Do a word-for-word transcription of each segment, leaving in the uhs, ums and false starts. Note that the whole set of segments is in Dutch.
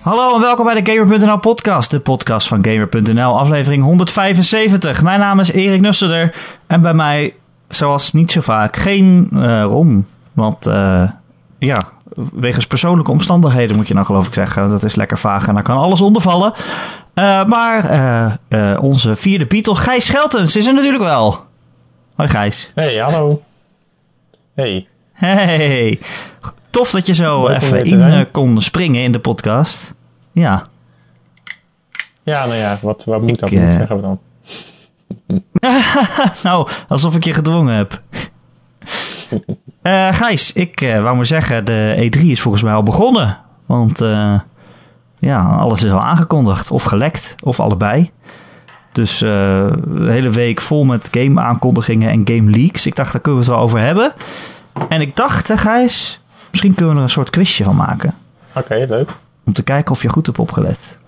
Hallo en welkom bij de Gamer punt n l podcast, de podcast van Gamer punt n l, aflevering honderdvijfenzeventig. Mijn naam is Erik Nusselder en bij mij, zoals niet zo vaak, geen uh, Ron. Want uh, ja, wegens persoonlijke omstandigheden moet je nou geloof ik zeggen. Dat is lekker vaag en daar kan alles onder vallen. Uh, maar uh, uh, onze vierde Beatle, Gijs Scheltens, is er natuurlijk wel. Hoi Gijs. Hey, hallo. Hey. Hey. Tof dat je zo Leuk even in uh, kon springen in de podcast. Ja. Ja, nou ja, wat, wat moet dat? Ik, uh... zeggen we dan? Nou, alsof ik je gedwongen heb. uh, Gijs, ik uh, wou maar zeggen, de E drie is volgens mij al begonnen. Want uh, ja, alles is al aangekondigd. Of gelekt, of allebei. Dus uh, de hele week vol met game aankondigingen en game leaks. Ik dacht, daar kunnen we het wel over hebben. En ik dacht, hè, Gijs, misschien kunnen we er een soort quizje van maken. Oké, okay, leuk. Om te kijken of je goed hebt opgelet.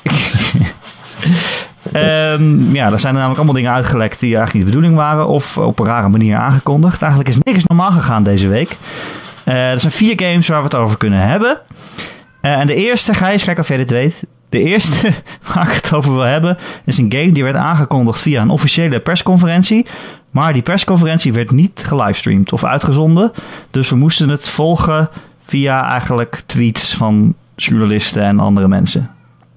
um, ja, er zijn er namelijk allemaal dingen uitgelekt die eigenlijk niet de bedoeling waren. Of op een rare manier aangekondigd. Eigenlijk is niks normaal gegaan deze week. Uh, er zijn vier games waar we het over kunnen hebben. Uh, en de eerste, Gijs, kijk of jij dit weet. De eerste waar ik het over wil hebben is een game die werd aangekondigd via een officiële persconferentie. Maar die persconferentie werd niet gelivestreamd of uitgezonden. Dus we moesten het volgen via eigenlijk tweets van journalisten en andere mensen.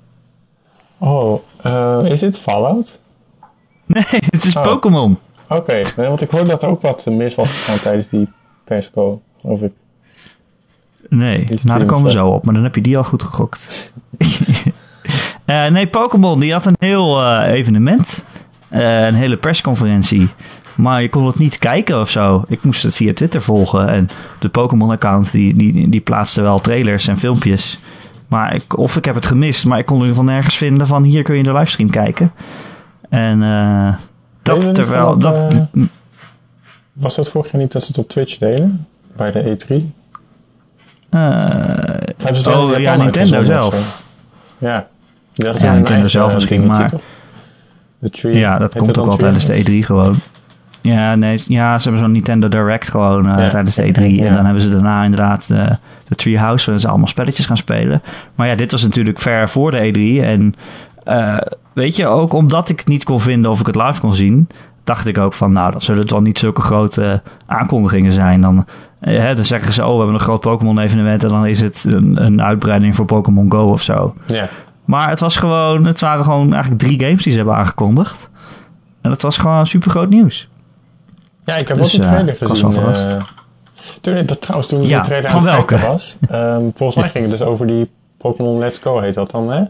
Oh, uh, is dit Fallout? Nee, het is oh. Pokémon. Oké, okay. Nee, want ik hoorde dat er ook wat mis was gegaan tijdens die persco, geloof ik. Nee, nou daar komen we zo op, maar dan heb je die al goed gegokt. uh, nee, Pokémon, die had een heel uh, evenement. Uh, een hele persconferentie. Maar je kon het niet kijken of zo. Ik moest het via Twitter volgen. En de Pokémon-account die, die, die plaatste wel trailers en filmpjes. Maar ik, of ik heb het gemist, maar ik kon in ieder geval nergens vinden van hier kun je de livestream kijken. En uh, dat terwijl... Dat, uh, was het vorig jaar niet dat ze het op Twitch delen? Bij de E drie? Uh, oh ja, Nintendo zelf. Ja, dat ja Nintendo zelf misschien, maar... Tree, ja, dat komt ook al tijdens de E drie gewoon. Ja, nee, ja, ze hebben zo'n Nintendo Direct gewoon uh, ja. tijdens de E drie. Ja. En dan hebben ze daarna inderdaad de, de Treehouse, waarin ze allemaal spelletjes gaan spelen. Maar ja, dit was natuurlijk ver voor de E drie. En uh, weet je, ook omdat ik niet kon vinden of ik het live kon zien, dacht ik ook van, nou, dat zullen het wel niet zulke grote aankondigingen zijn. Dan, uh, hè, dan zeggen ze, oh, we hebben een groot Pokémon-evenement en dan is het een, een uitbreiding voor Pokémon Go of zo. Ja. Maar het was gewoon, het waren gewoon eigenlijk drie games die ze hebben aangekondigd. En het was gewoon super groot nieuws. Ja, ik heb dus, ook een trailer uh, gezien. Uh, toen, dat, trouwens, toen ja, de trailer aan het kijken was. Um, volgens mij ging het dus over die Pokémon Let's Go, heet dat dan, hè?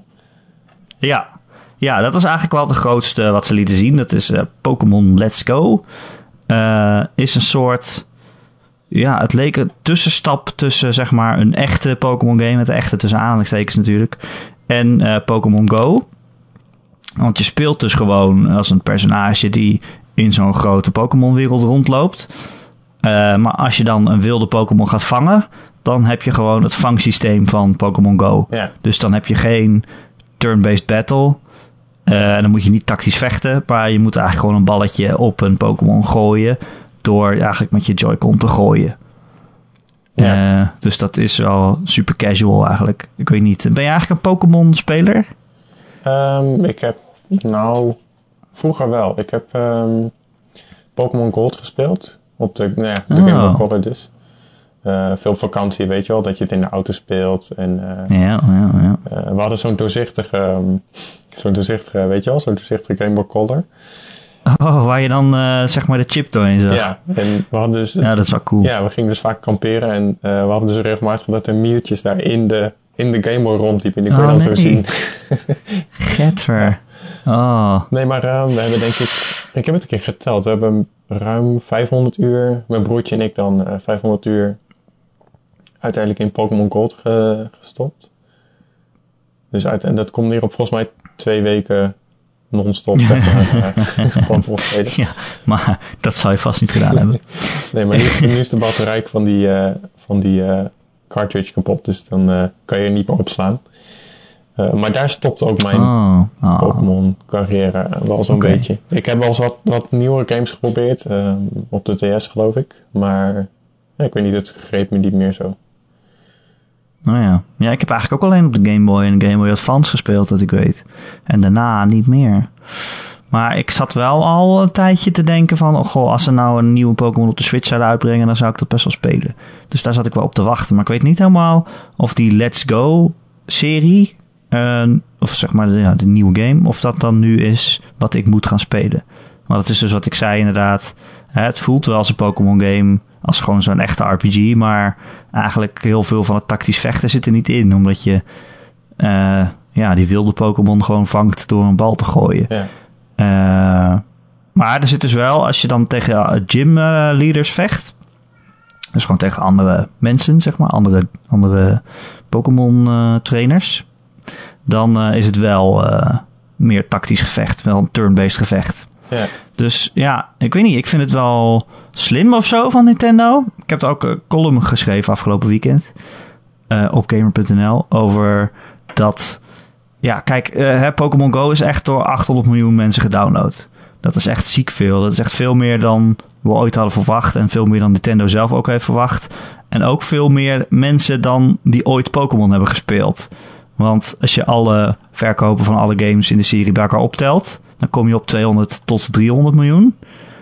Ja. ja, dat was eigenlijk wel de grootste wat ze lieten zien. Dat is uh, Pokémon Let's Go. Uh, is een soort... Ja, het leek een tussenstap tussen, zeg maar, een echte Pokémon game, met de echte tussen aanhalingstekens natuurlijk, en uh, Pokémon Go. Want je speelt dus gewoon als een personage die in zo'n grote Pokémon wereld rondloopt. Uh, maar als je dan een wilde Pokémon gaat vangen, dan heb je gewoon het vangsysteem van Pokémon Go. Ja. Dus dan heb je geen turn-based battle. Uh, en dan moet je niet tactisch vechten, maar je moet eigenlijk gewoon een balletje op een Pokémon gooien door eigenlijk met je Joy-Con te gooien. Ja. Uh, dus dat is wel super casual eigenlijk. Ik weet niet. Ben je eigenlijk een Pokémon-speler? Um, ik heb... Nou... Vroeger wel. Ik heb um, Pokémon Gold gespeeld. Op de, nou ja, de oh. Game Boy Color dus. Uh, veel op vakantie, weet je wel. Dat je het in de auto speelt. En, uh, ja, ja, ja. Uh, we hadden zo'n doorzichtige... Um, zo'n doorzichtige, weet je wel? Zo'n doorzichtige Game Boy Color. Oh, waar je dan uh, zeg maar de chip doorheen zag. Ja, en we hadden dus... Ja, dat is wel cool. Ja, we gingen dus vaak kamperen. En uh, we hadden dus regelmatig dat er miertjes daar in de, in de Game Boy rondliepen. En die kon je oh, dan nee. zo zien. Getver. Oh. Nee, maar uh, we hebben denk ik... Ik heb het een keer geteld. We hebben ruim vijfhonderd uur... Mijn broertje en ik dan uh, vijfhonderd uur... uiteindelijk in Pokémon Gold ge, gestopt. Dus uit, en dat komt neer op volgens mij twee weken... non-stop. Ja, maar dat zou je vast niet gedaan hebben. Nee, maar nu is, nu is de batterij van die, uh, van die uh, cartridge kapot. Dus dan uh, kan je er niet meer opslaan. Uh, maar daar stopt ook mijn oh, oh. Pokémon carrière wel zo'n okay. beetje. Ik heb wel eens wat, wat nieuwere games geprobeerd. Uh, op de D S geloof ik. Maar ja, ik weet niet, het greep me niet meer zo. Nou ja. Ja, ik heb eigenlijk ook alleen op de Game Boy en de Game Boy Advance gespeeld, dat ik weet. En daarna niet meer. Maar ik zat wel al een tijdje te denken van... oh goh, als ze nou een nieuwe Pokémon op de Switch zouden uitbrengen... dan zou ik dat best wel spelen. Dus daar zat ik wel op te wachten. Maar ik weet niet helemaal of die Let's Go-serie... Uh, of zeg maar de, ja, de nieuwe game... of dat dan nu is wat ik moet gaan spelen. Want het is dus wat ik zei inderdaad... Hè, het voelt wel als een Pokémon game... als gewoon zo'n echte R P G... maar eigenlijk heel veel van het tactisch vechten zit er niet in... omdat je uh, ja, die wilde Pokémon gewoon vangt... door een bal te gooien. Ja. Uh, maar er zit dus wel... als je dan tegen gym uh, leaders vecht... dus gewoon tegen andere mensen, zeg maar... andere, andere Pokémon uh, trainers... dan uh, is het wel uh, meer tactisch gevecht. Wel een turn-based gevecht. Ja. Dus ja, ik weet niet. Ik vind het wel slim of zo van Nintendo. Ik heb er ook een column geschreven afgelopen weekend. Uh, op gamer punt n l. Over dat... Ja, kijk, uh, Pokémon Go is echt door achthonderd miljoen mensen gedownload. Dat is echt ziek veel. Dat is echt veel meer dan we ooit hadden verwacht. En veel meer dan Nintendo zelf ook heeft verwacht. En ook veel meer mensen dan die ooit Pokémon hebben gespeeld. Want als je alle verkopen van alle games in de serie bij elkaar optelt... dan kom je op tweehonderd tot driehonderd miljoen.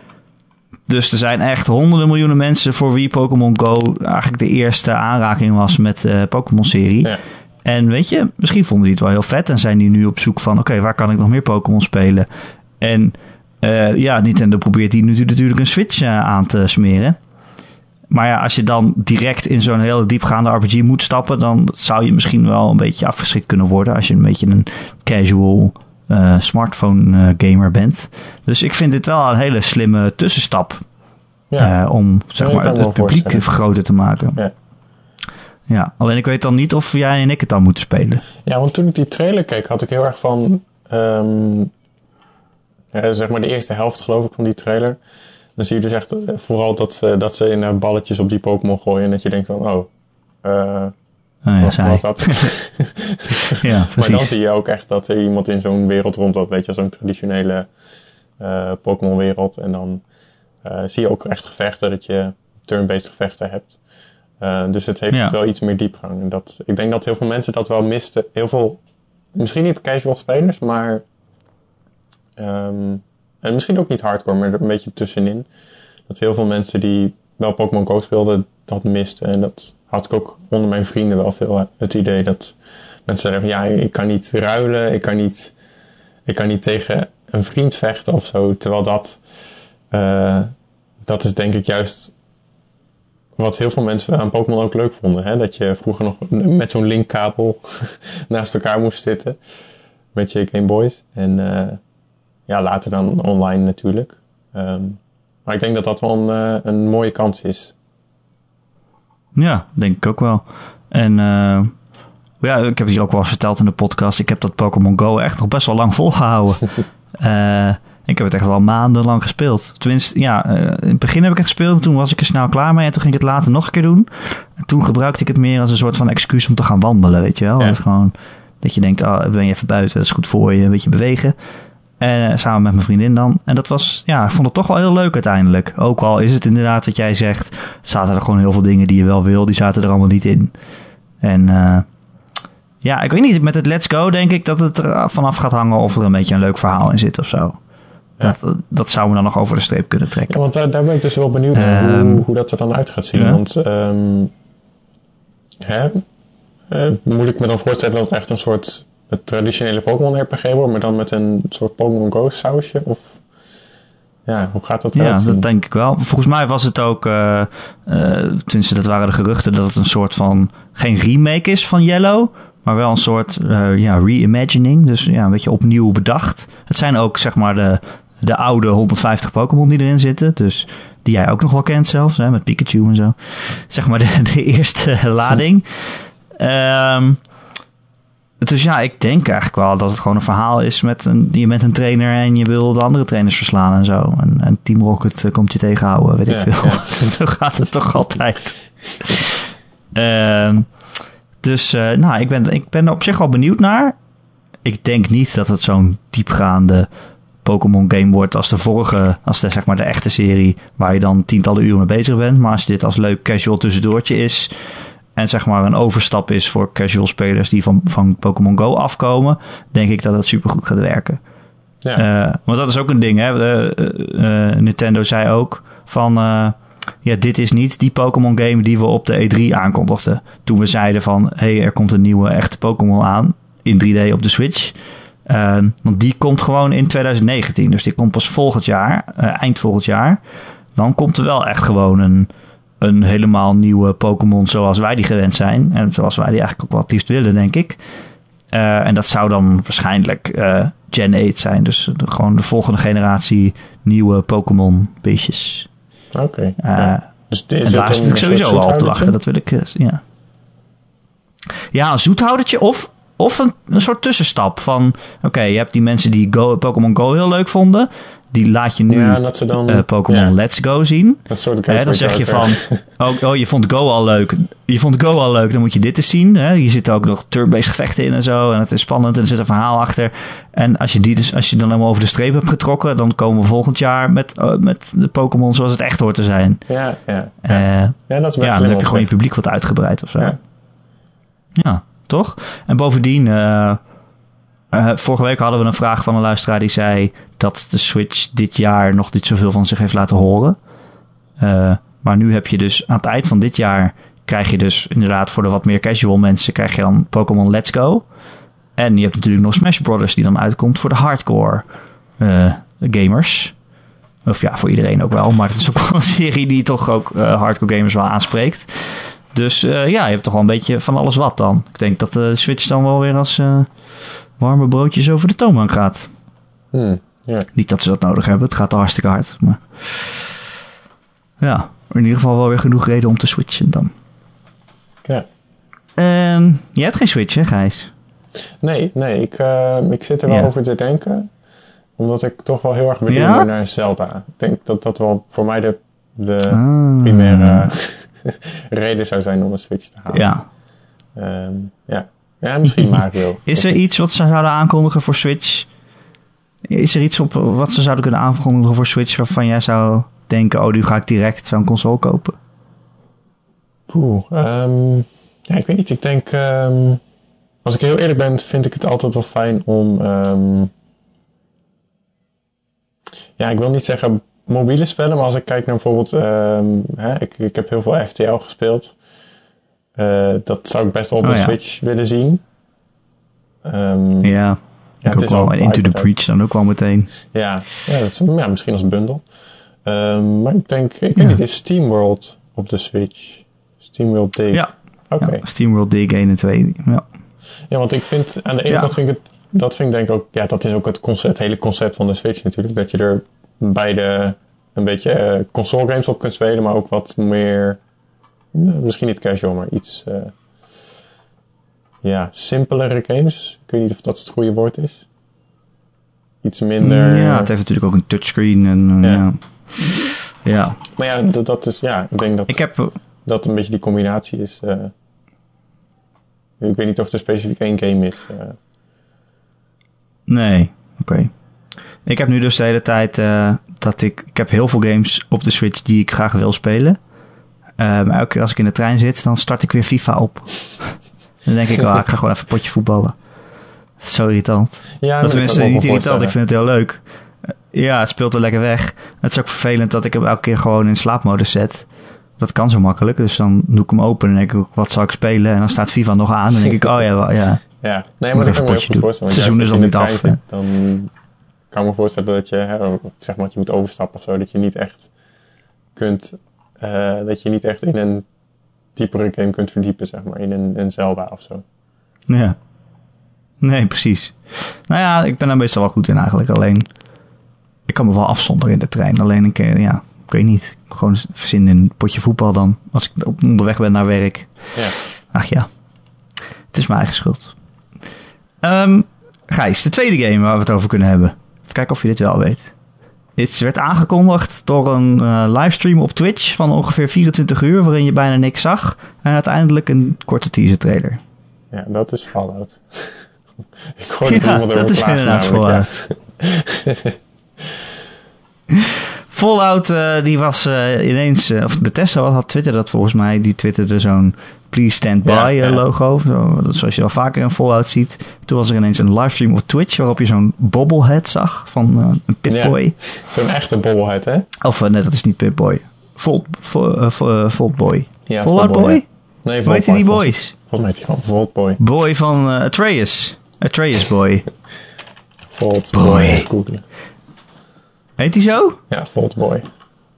Dus er zijn echt honderden miljoenen mensen... voor wie Pokémon Go eigenlijk de eerste aanraking was met de uh, Pokémon-serie. Ja. En weet je, misschien vonden die het wel heel vet... en zijn die nu op zoek van... oké, okay, waar kan ik nog meer Pokémon spelen? En uh, ja, Nintendo probeert die nu natuurlijk een Switch uh, aan te smeren... Maar ja, als je dan direct in zo'n hele diepgaande R P G moet stappen... dan zou je misschien wel een beetje afgeschrikt kunnen worden... als je een beetje een casual uh, smartphone uh, gamer bent. Dus ik vind dit wel een hele slimme tussenstap... Ja. Uh, om zeg maar, het publiek groter te maken. Ja. Ja, alleen ik weet dan niet of jij en ik het dan moeten spelen. Ja, want toen ik die trailer keek had ik heel erg van... Um, ja, zeg maar de eerste helft geloof ik van die trailer... Dan zie je dus echt vooral dat, uh, dat ze in balletjes op die Pokémon gooien. En dat je denkt van, oh, uh, oh ja, wat was dat? Ja, maar dan zie je ook echt dat er iemand in zo'n wereld rondloopt. Weet je, zo'n traditionele uh, Pokémon wereld. En dan uh, zie je ook echt gevechten, dat je turn-based gevechten hebt. Uh, dus het heeft ja. wel iets meer diepgang. En dat, ik denk dat heel veel mensen dat wel misten. Heel veel, misschien niet casual spelers, maar... Um, En misschien ook niet hardcore, maar een beetje tussenin. Dat heel veel mensen die wel Pokémon Go speelden, dat misten. En dat had ik ook onder mijn vrienden wel veel het idee dat mensen zeggen van ja, ik kan niet ruilen, ik kan niet, ik kan niet tegen een vriend vechten of zo. Terwijl dat, uh, dat is denk ik juist wat heel veel mensen aan Pokémon ook leuk vonden. Hè? Dat je vroeger nog met zo'n linkkabel naast elkaar moest zitten met je Game Boys. En uh, ja, later dan online natuurlijk. Um, maar ik denk dat dat wel een, uh, een mooie kans is. Ja, denk ik ook wel. En uh, ja, ik heb het hier ook wel eens verteld in de podcast. Ik heb dat Pokémon Go echt nog best wel lang volgehouden. uh, ik heb het echt wel maandenlang gespeeld. Tenminste, ja, uh, in het begin heb ik het gespeeld. En toen was ik er snel klaar mee. En toen ging ik het later nog een keer doen. En toen gebruikte ik het meer als een soort van excuus om te gaan wandelen, weet je wel. Ja. Dat, gewoon, dat je denkt, oh, ben je even buiten, dat is goed voor je, een beetje bewegen. En uh, samen met mijn vriendin dan. En dat was, ja, ik vond het toch wel heel leuk uiteindelijk. Ook al is het inderdaad wat jij zegt, zaten er gewoon heel veel dingen die je wel wil, die zaten er allemaal niet in. En uh, ja, ik weet niet, met het Let's Go denk ik dat het er vanaf gaat hangen of er een beetje een leuk verhaal in zit of zo. Ja. Dat, dat zou me dan nog over de streep kunnen trekken. Ja, want daar, daar ben ik dus wel benieuwd naar um, hoe, hoe dat er dan uit gaat zien. Ja. Want um, hè, uh, moet ik me dan voorstellen dat het echt een soort het traditionele Pokémon R P G wordt, maar dan met een soort Pokémon Go sausje? Of ja, hoe gaat dat eruit zien? Ja, dat denk ik wel. Volgens mij was het ook, uh, uh, tenminste dat waren de geruchten, dat het een soort van, geen remake is van Yellow, maar wel een soort uh, ja, reimagining. Dus ja, een beetje opnieuw bedacht. Het zijn ook zeg maar de, de oude honderdvijftig Pokémon die erin zitten. Dus die jij ook nog wel kent zelfs, hè, met Pikachu en zo. Zeg maar de, de eerste lading. Um, dus ja, ik denk eigenlijk wel dat het gewoon een verhaal is met een, je bent een trainer en je wil de andere trainers verslaan en zo. En, en Team Rocket uh, komt je tegenhouden, weet ja, ik veel. Ja. Zo gaat het toch altijd. um, dus uh, nou, ik ben, ik ben er op zich wel benieuwd naar. Ik denk niet dat het zo'n diepgaande Pokémon game wordt als de vorige, als de, zeg maar de echte serie, waar je dan tientallen uren mee bezig bent. Maar als dit als leuk casual tussendoortje is, en zeg maar een overstap is voor casual spelers die van, van Pokémon Go afkomen, denk ik dat het supergoed gaat werken. Ja. Uh, want dat is ook een ding, hè. Uh, uh, Nintendo zei ook van, uh, ja, dit is niet die Pokémon game die we op de E drie aankondigden. Toen we zeiden van, hé, hey, er komt een nieuwe echte Pokémon aan in drie D op de Switch. Uh, want die komt gewoon in twintig negentien. Dus die komt pas volgend jaar, uh, eind volgend jaar. Dan komt er wel echt gewoon een, een helemaal nieuwe Pokémon zoals wij die gewend zijn. En zoals wij die eigenlijk ook wel het liefst willen, denk ik. Uh, en dat zou dan waarschijnlijk uh, Gen acht zijn. Dus de, gewoon de volgende generatie nieuwe Pokémon beestjes. Oké. Okay, uh, ja. Dus en daar zit ik sowieso al op te wachten. Dat wil ik, uh, ja. Ja, een zoethoudertje of... Of een, een soort tussenstap van... Oké, okay, je hebt die mensen die Go, Pokémon Go heel leuk vonden. Die laat je nu ja, uh, Pokémon ja. Let's Go zien. Dat soort hè, dan zeg je van... Oh, oh, je vond Go al leuk. Je vond Go al leuk, dan moet je dit eens zien. Hè? Hier zitten ook nog turn-based gevechten in en zo. En het is spannend en er zit een verhaal achter. En als je, die dus, als je dan helemaal over de streep hebt getrokken... dan komen we volgend jaar met, uh, met de Pokémon zoals het echt hoort te zijn. Ja, ja. ja. Uh, ja dat is best ja, dan heb je gewoon je publiek wat uitgebreid of zo. Ja. ja. Toch? En bovendien, uh, uh, vorige week hadden we een vraag van een luisteraar die zei dat de Switch dit jaar nog niet zoveel van zich heeft laten horen. Uh, maar nu heb je dus aan het eind van dit jaar krijg je dus inderdaad voor de wat meer casual mensen krijg je dan Pokémon Let's Go. En je hebt natuurlijk nog Smash Brothers die dan uitkomt voor de hardcore uh, gamers. Of ja, voor iedereen ook wel. Maar het is ook wel een serie die toch ook uh, hardcore gamers wel aanspreekt. Dus uh, ja, je hebt toch wel een beetje van alles wat dan. Ik denk dat de Switch dan wel weer als uh, warme broodjes over de toonbank gaat. Hmm, yeah. Niet dat ze dat nodig hebben, het gaat al hartstikke hard. Maar ja, in ieder geval wel weer genoeg reden om te switchen dan. Ja. Um, je hebt geen Switch, hè Gijs? Nee, nee ik, uh, ik zit er wel ja. over te denken. Omdat ik toch wel heel erg benieuwd ja? ben naar Zelda. Ik denk dat dat wel voor mij de, de ah. primaire... reden zou zijn om een Switch te halen. Ja. Um, ja. ja, misschien Mario. Is er iets wat ze zouden aankondigen voor Switch? Is er iets op wat ze zouden kunnen aankondigen voor Switch waarvan jij zou denken, oh, nu ga ik direct zo'n console kopen? Poeh, um, ja, ik weet niet. Ik denk, um, als ik heel eerlijk ben, vind ik het altijd wel fijn om, um, ja, ik wil niet zeggen mobiele spellen, maar als ik kijk naar bijvoorbeeld, um, hè, ik, ik heb heel veel F T L gespeeld. Uh, dat zou ik best wel op de oh, ja. Switch willen zien. Um, ja, ja het is wel. En Into the Breach dan ook wel meteen. Ja, ja, dat is, ja misschien als bundel. Um, maar ik denk, ik weet niet, is SteamWorld op de Switch? SteamWorld Dig? Ja, okay. ja, SteamWorld Dig één en twee. Ja. ja, want ik vind, aan de ene ja. kant vind ik het, dat vind ik denk ik ook, ja, dat is ook het, concept, het hele concept van de Switch natuurlijk. Dat je er beide een beetje uh, console games op kunt spelen, maar ook wat meer, uh, misschien niet casual, maar iets uh, ja, simpelere games. Ik weet niet of dat het goede woord is. Iets minder... Ja, het heeft natuurlijk ook een touchscreen. En, uh, ja. ja. ja. Maar ja, dat, dat is, ja, ik denk dat ik heb... dat een beetje die combinatie is. Uh, ik weet niet of er specifiek één game is. Uh. Nee, oké. Okay. Ik heb nu dus de hele tijd uh, dat ik... Ik heb heel veel games op de Switch die ik graag wil spelen. Uh, maar elke keer als ik in de trein zit, dan start ik weer FIFA op. Dan denk ik, oh, ik ga gewoon even een potje voetballen. Dat is zo irritant. Ja, dat tenminste niet irritant, ik vind het heel leuk. Uh, ja, het speelt er lekker weg. Het is ook vervelend dat ik hem elke keer gewoon in slaapmodus zet. Dat kan zo makkelijk. Dus dan doe ik hem open en denk ik, wat zal ik spelen? En dan staat FIFA nog aan. En dan denk ik, oh ja, wel, ja. Ja, nee, maar dat kan ik me heel goed voorstellen. Het seizoen is nog niet af. Zit, dan kan ik me voorstellen dat je, hè, zeg maar, dat je moet overstappen of zo. Dat je niet echt kunt, uh, dat je niet echt in een diepere game kunt verdiepen, zeg maar. In een, een Zelda of zo. Ja. Nee, precies. Nou ja, ik ben daar meestal wel goed in eigenlijk. Alleen, ik kan me wel afzonderen in de trein. Alleen een keer, ja, ik weet niet. Gewoon verzinnen in een potje voetbal dan. Als ik op onderweg ben naar werk. Ja. Ach ja. Het is mijn eigen schuld. Um, Gijs, de tweede game waar we het over kunnen hebben. Even kijken of je dit wel weet. Het werd aangekondigd door een uh, livestream op Twitch van ongeveer vierentwintig uur, waarin je bijna niks zag. En uiteindelijk een korte teaser trailer. Ja, dat is Fallout. Ik hoorde ja, iemand over dat is inderdaad Fallout. Fallout, uh, die was uh, ineens... Uh, of Bethesda had Twitter dat volgens mij. Die twitterde zo'n Please Stand By Ja, ja. logo. Zo, zoals je al vaker in Fallout ziet. Toen was er ineens een livestream op Twitch waarop je zo'n bobblehead zag van uh, een Pip-Boy. Ja, zo'n echte bobblehead, hè? Of uh, nee, dat is niet Pip-Boy. Volt, vo, uh, vo, uh, Volt Boy. Ja, Fallout Boy? Ja. Nee, Hoe heet die boys? Volgens mij heet hij gewoon Volt Boy. Boy van uh, Atreus. Atreus Boy. Volt Boy. Boy. Googlen. Heet hij zo? Ja, Volt Boy. Oké,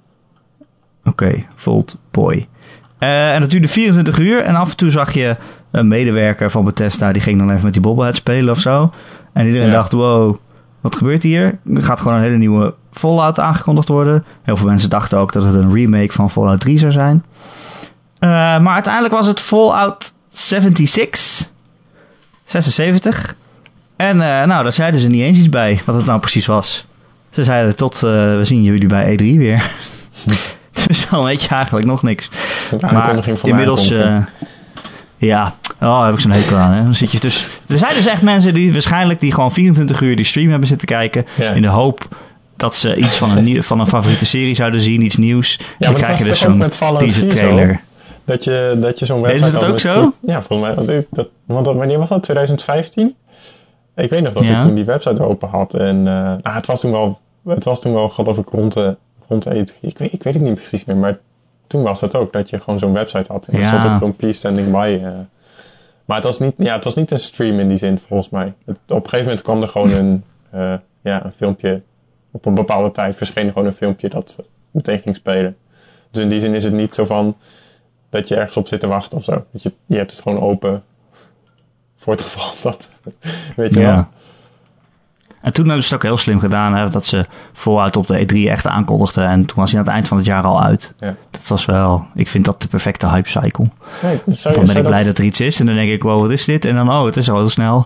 okay, Volt Boy. Uh, en dat duurde vierentwintig uur. En af en toe zag je een medewerker van Bethesda. Die ging dan even met die bobblehead spelen of zo. En iedereen ja. dacht, wow, wat gebeurt hier? Er gaat gewoon een hele nieuwe Fallout aangekondigd worden. Heel veel mensen dachten ook dat het een remake van Fallout drie zou zijn. Uh, maar uiteindelijk was het Fallout zevenenzestig. zesenzeventig. En uh, nou, daar zeiden ze niet eens iets bij wat het nou precies was. Ze zeiden tot, uh, we zien jullie bij E drie weer. Dus dan weet je eigenlijk nog niks. Maar inmiddels, uh, ja, oh, heb ik zo'n hekel aan. Hè. Dan zit je dus, er zijn dus echt mensen die waarschijnlijk die gewoon vierentwintig uur die stream hebben zitten kijken. Ja. In de hoop dat ze iets van een, nieuw, van een favoriete serie zouden zien, iets nieuws. Ja, dan krijg je dus zo'n teaser trailer. Dat je, dat je zo'n website... Is het ook zo? Ja, volgens mij. Want, dat, want dat, wanneer was dat? twintig vijftien? Ik weet nog dat ja. ik toen die website open had. En uh, nou, het was toen wel, het was toen wel geloof ik rond de, rond de E drie. Ik weet, ik weet het niet precies meer, maar toen was dat ook. Dat je gewoon zo'n website had. En er ja. stond ook gewoon Please Standing By. Uh. Maar het was, niet, ja, het was niet een stream in die zin, volgens mij. Het, op een gegeven moment kwam er gewoon een, uh, ja, een filmpje. Op een bepaalde tijd verscheen er gewoon een filmpje dat meteen ging spelen. Dus in die zin is het niet zo van dat je ergens op zit te wachten of zo. Dat je, je hebt het gewoon open voor het geval dat, weet je ja. wel. En toen hebben ze het ook heel slim gedaan, hè, dat ze Fallout op de E drie echt aankondigden. En toen was hij aan het eind van het jaar al uit. Ja. Dat was wel, ik vind dat de perfecte hype cycle. Nee, zou, dan ben ik blij dat... dat er iets is en dan denk ik, wow, wat is dit? En dan, oh, het is al heel snel.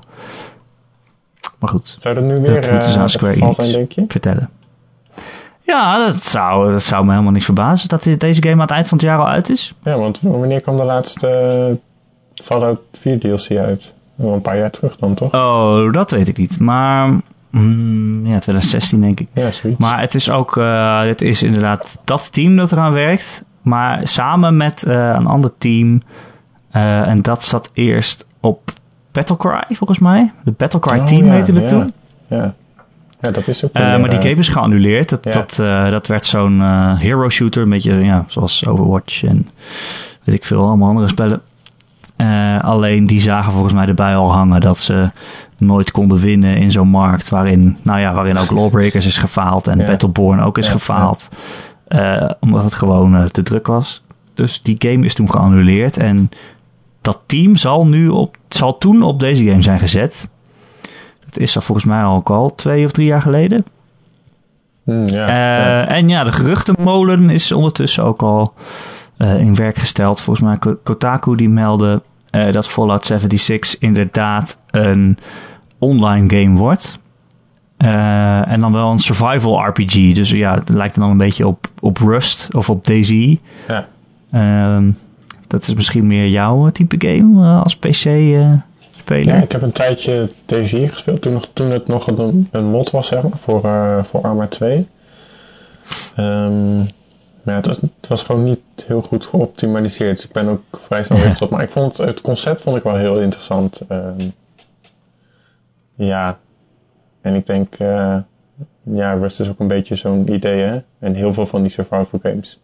Maar goed. Zou dat nu weer dat moeten ze aan Square Enix zijn, denk je? Vertellen. Ja, dat zou, dat zou me helemaal niks verbazen dat deze game aan het eind van het jaar al uit is. Ja, want wanneer kwam de laatste uh, Fallout vier D L C uit? Wel een paar jaar terug dan, toch? Oh, dat weet ik niet. Maar mm, ja, twintig zestien denk ik. Ja, zoiets. Maar het is ook, uh, het is inderdaad dat team dat eraan werkt. Maar samen met uh, een ander team. Uh, en dat zat eerst op Battlecry, volgens mij. De Battlecry oh, team ja, heette het ja. toen. Ja. Ja, dat is ook uh, meer, maar die uh, game is geannuleerd. Dat, ja. dat, uh, dat werd zo'n uh, hero shooter. Een beetje ja, zoals Overwatch en weet ik veel, allemaal andere spellen. Uh, alleen die zagen volgens mij erbij al hangen dat ze nooit konden winnen in zo'n markt waarin, nou ja, waarin ook Lawbreakers is gefaald en ja. Battleborn ook is ja, gefaald. Ja. Uh, omdat het gewoon uh, te druk was. Dus die game is toen geannuleerd en dat team zal nu op, zal toen op deze game zijn gezet. Dat is al volgens mij al, al twee of drie jaar geleden. Mm, ja, uh, ja. En ja, de geruchtenmolen is ondertussen ook al uh, in werk gesteld. Volgens mij Kotaku die meldde uh, dat Fallout zevenenzestig inderdaad een online game wordt. Uh, en dan wel een survival R P G. Dus ja, het lijkt dan een beetje op, op Rust of op DayZ. Ja. Uh, dat is misschien meer jouw type game uh, als P C uh, speler. Ja, ik heb een tijdje DayZ gespeeld. Toen, nog, toen het nog een, een mod was, zeg maar, voor, uh, voor Arma twee. Um, maar ja, het was, het was gewoon niet heel goed geoptimaliseerd. Dus ik ben ook vrij snel weer gestopt. Maar ik vond het, het concept vond ik wel heel interessant. Um, ja. En ik denk, uh, ja, Rust is ook een beetje zo'n idee, hè? En heel veel van die survival games.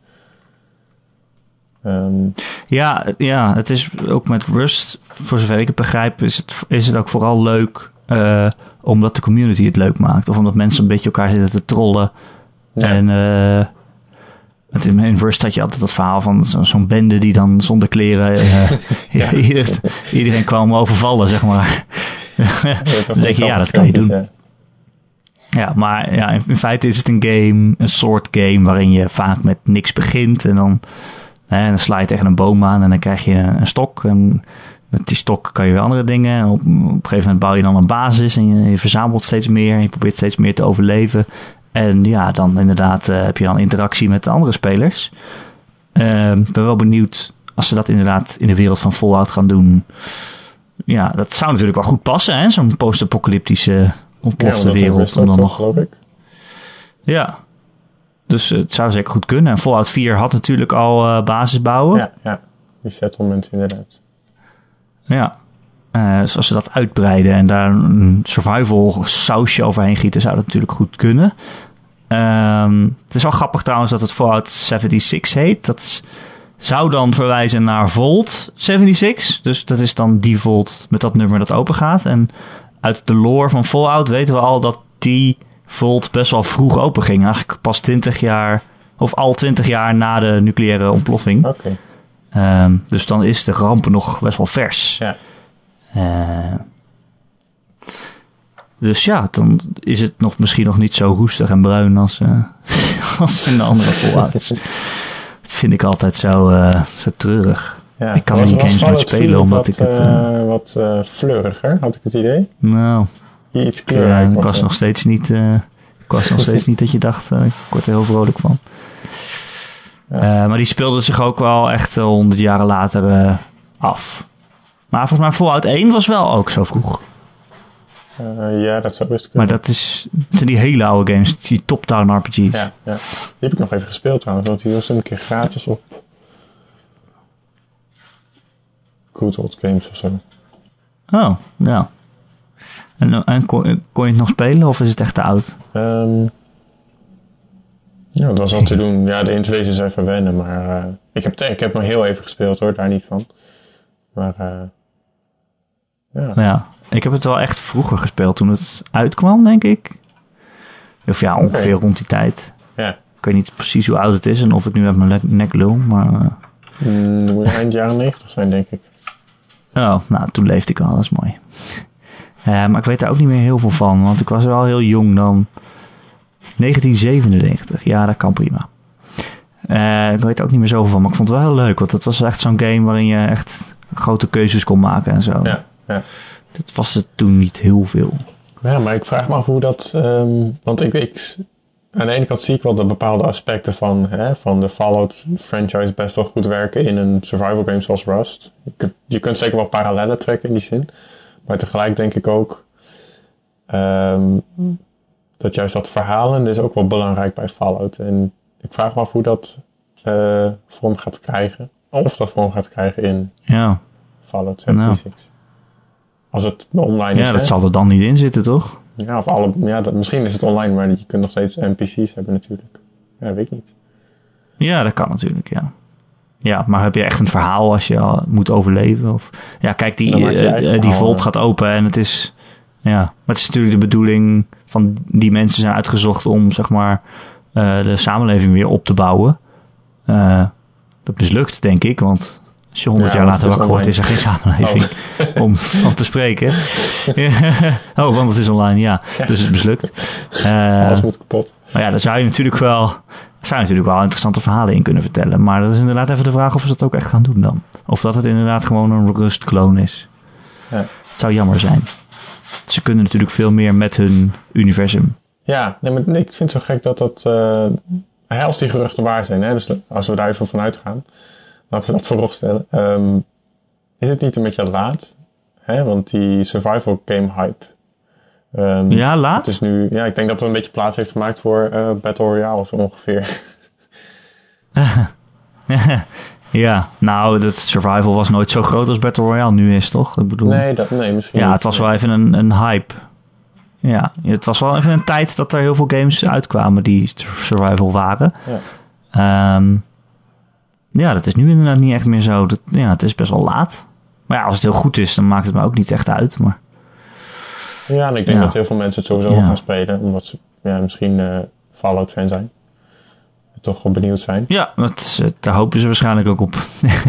Um, ja, ja, het is ook met Rust, voor zover ik het begrijp, is het, is het ook vooral leuk uh, omdat de community het leuk maakt. Of omdat mensen een beetje elkaar zitten te trollen. Ja. En uh, het, in Rust had je altijd dat verhaal van zo, zo'n bende die dan zonder kleren uh, ja. ieder, iedereen kwam overvallen, zeg maar. Dan denk je, ja, dat kan je doen. Ja. Ja, maar ja, in, in feite is het een game, een soort game waarin je vaak met niks begint en dan, hè, dan sla je tegen een boom aan en dan krijg je een stok en met die stok kan je weer andere dingen en op, op een gegeven moment bouw je dan een basis en je, je verzamelt steeds meer en je probeert steeds meer te overleven en ja, dan inderdaad uh, heb je dan interactie met de andere spelers. Ik uh, ben wel benieuwd als ze dat inderdaad in de wereld van Fallout gaan doen. Ja, dat zou natuurlijk wel goed passen, hè, zo'n post-apocalyptische ontplofte ja, wereld. Om dan nog, geloof ik. Ja, dus uh, het zou zeker goed kunnen. En Fallout vier had natuurlijk al uh, basis bouwen. Ja, ja. die settlement inderdaad. Ja. Uh, dus als ze dat uitbreiden en daar een survival sausje overheen gieten, zou dat natuurlijk goed kunnen. Um, het is wel grappig trouwens dat het Fallout zevenenzestig heet. Dat is, zou dan verwijzen naar Vault zevenenzestig. Dus dat is dan die Vault met dat nummer dat open gaat. En uit de lore van Fallout weten we al dat die Vault best wel vroeg open ging. Eigenlijk pas twintig jaar, of al twintig jaar na de nucleaire ontploffing. Oké. Okay. Um, dus dan is de ramp nog best wel vers. Ja. Uh, dus ja, dan is het nog misschien nog niet zo roestig en bruin als, uh, als in de andere Fallouts. Dat vind ik altijd zo, uh, zo treurig. Ja, ik kan was, die games nooit spelen omdat wat, ik het... Uh, uh, wat uh, fleuriger, had ik het idee. Nou, iets kleurrijk. Uh, ik was nog steeds niet... Uh, ik was nog steeds niet dat je dacht, uh, ik word er heel vrolijk van. Ja. Uh, maar die speelde zich ook wel echt honderd uh, jaren later uh, af. Maar volgens mij Fallout één was wel ook zo vroeg. Uh, ja, dat zou best kunnen. Maar dat is, dat zijn die hele oude games, die top-down R P G's. Ja, ja, die heb ik nog even gespeeld trouwens, want die was een keer gratis op Good Old Games of zo. Oh, ja. En, en kon, kon je het nog spelen of is het echt te oud? Um, ja, dat was al te doen. Ja, de interface is even wennen, maar uh, ik, heb, ik heb maar heel even gespeeld hoor, daar niet van. Maar uh, ja. ja, ik heb het wel echt vroeger gespeeld toen het uitkwam, denk ik. Of ja, ongeveer okay. rond die tijd. Ja. Ik weet niet precies hoe oud het is en of ik nu uit mijn nek lul, maar... Uh... Mm, dat moet eind jaren negentig zijn, denk ik. Oh, nou, toen leefde ik al, dat is mooi. Uh, maar ik weet daar ook niet meer heel veel van, want ik was wel heel jong dan. negentien zevenennegentig, ja, dat kan prima. Uh, ik weet er ook niet meer zoveel van, maar ik vond het wel heel leuk, want het was echt zo'n game waarin je echt grote keuzes kon maken en zo. Ja, ja. Dat was het toen niet heel veel. Ja, maar ik vraag me af hoe dat... Um, want ik, ik... Aan de ene kant zie ik wel dat bepaalde aspecten van, hè, van de Fallout franchise best wel goed werken in een survival game zoals Rust. Je kunt, je kunt zeker wel parallellen trekken in die zin. Maar tegelijk denk ik ook um, dat juist dat verhalende is ook wel belangrijk bij Fallout. En ik vraag me af hoe dat uh, vorm gaat krijgen. Of dat vorm gaat krijgen in ja. Fallout zevenenzestig. Nou. Als het online ja, is. Ja, dat hè? zal er dan niet in zitten, toch? Ja, of alle, ja dat, misschien is het online, maar je kunt nog steeds N P C's hebben natuurlijk. Ja, weet ik niet. Ja, dat kan natuurlijk, ja. Ja, maar heb je echt een verhaal als je al moet overleven? Of... Ja, kijk, die, uh, die Vault gaat open en het is... Ja, maar het is natuurlijk de bedoeling van die mensen zijn uitgezocht om, zeg maar, uh, de samenleving weer op te bouwen. Uh, dat mislukt, denk ik, want... Als je honderd ja, jaar later wakker wordt, is er geen samenleving oh. om van te spreken. Oh, want het is online, ja. ja. Dus het is mislukt. Uh, Alles moet kapot. Maar ja, daar zou je natuurlijk wel, daar zou je natuurlijk wel interessante verhalen in kunnen vertellen. Maar dat is inderdaad even de vraag of ze dat ook echt gaan doen dan. Of dat het inderdaad gewoon een Rust-kloon is. Ja. Het zou jammer zijn. Ze kunnen natuurlijk veel meer met hun universum. Ja, nee, maar ik vind het zo gek dat dat... Uh, als die geruchten waar zijn, hè, dus als we daar even vanuit gaan... Laten we dat voorop stellen. Um, is het niet een beetje laat? Hè? Want die survival game hype. Um, ja, laat? Het is nu, ja, ik denk dat het een beetje plaats heeft gemaakt voor uh, Battle Royale zo ongeveer. Ja, nou, dat survival was nooit zo groot als Battle Royale nu is, toch? Ik bedoel, nee, dat, nee, misschien Ja, niet, het was nee. wel even een, een hype. Ja, het was wel even een tijd dat er heel veel games uitkwamen die survival waren. Ja. Um, Ja, dat is nu inderdaad niet echt meer zo. Dat, ja, het is best wel laat. Maar ja, als het heel goed is, dan maakt het me ook niet echt uit. Maar... Ja, en ik denk ja. dat heel veel mensen het sowieso ja. gaan spelen. Omdat ze ja, misschien uh, Fallout-fan zijn. Toch wel benieuwd zijn. Ja, dat, daar hopen ze waarschijnlijk ook op.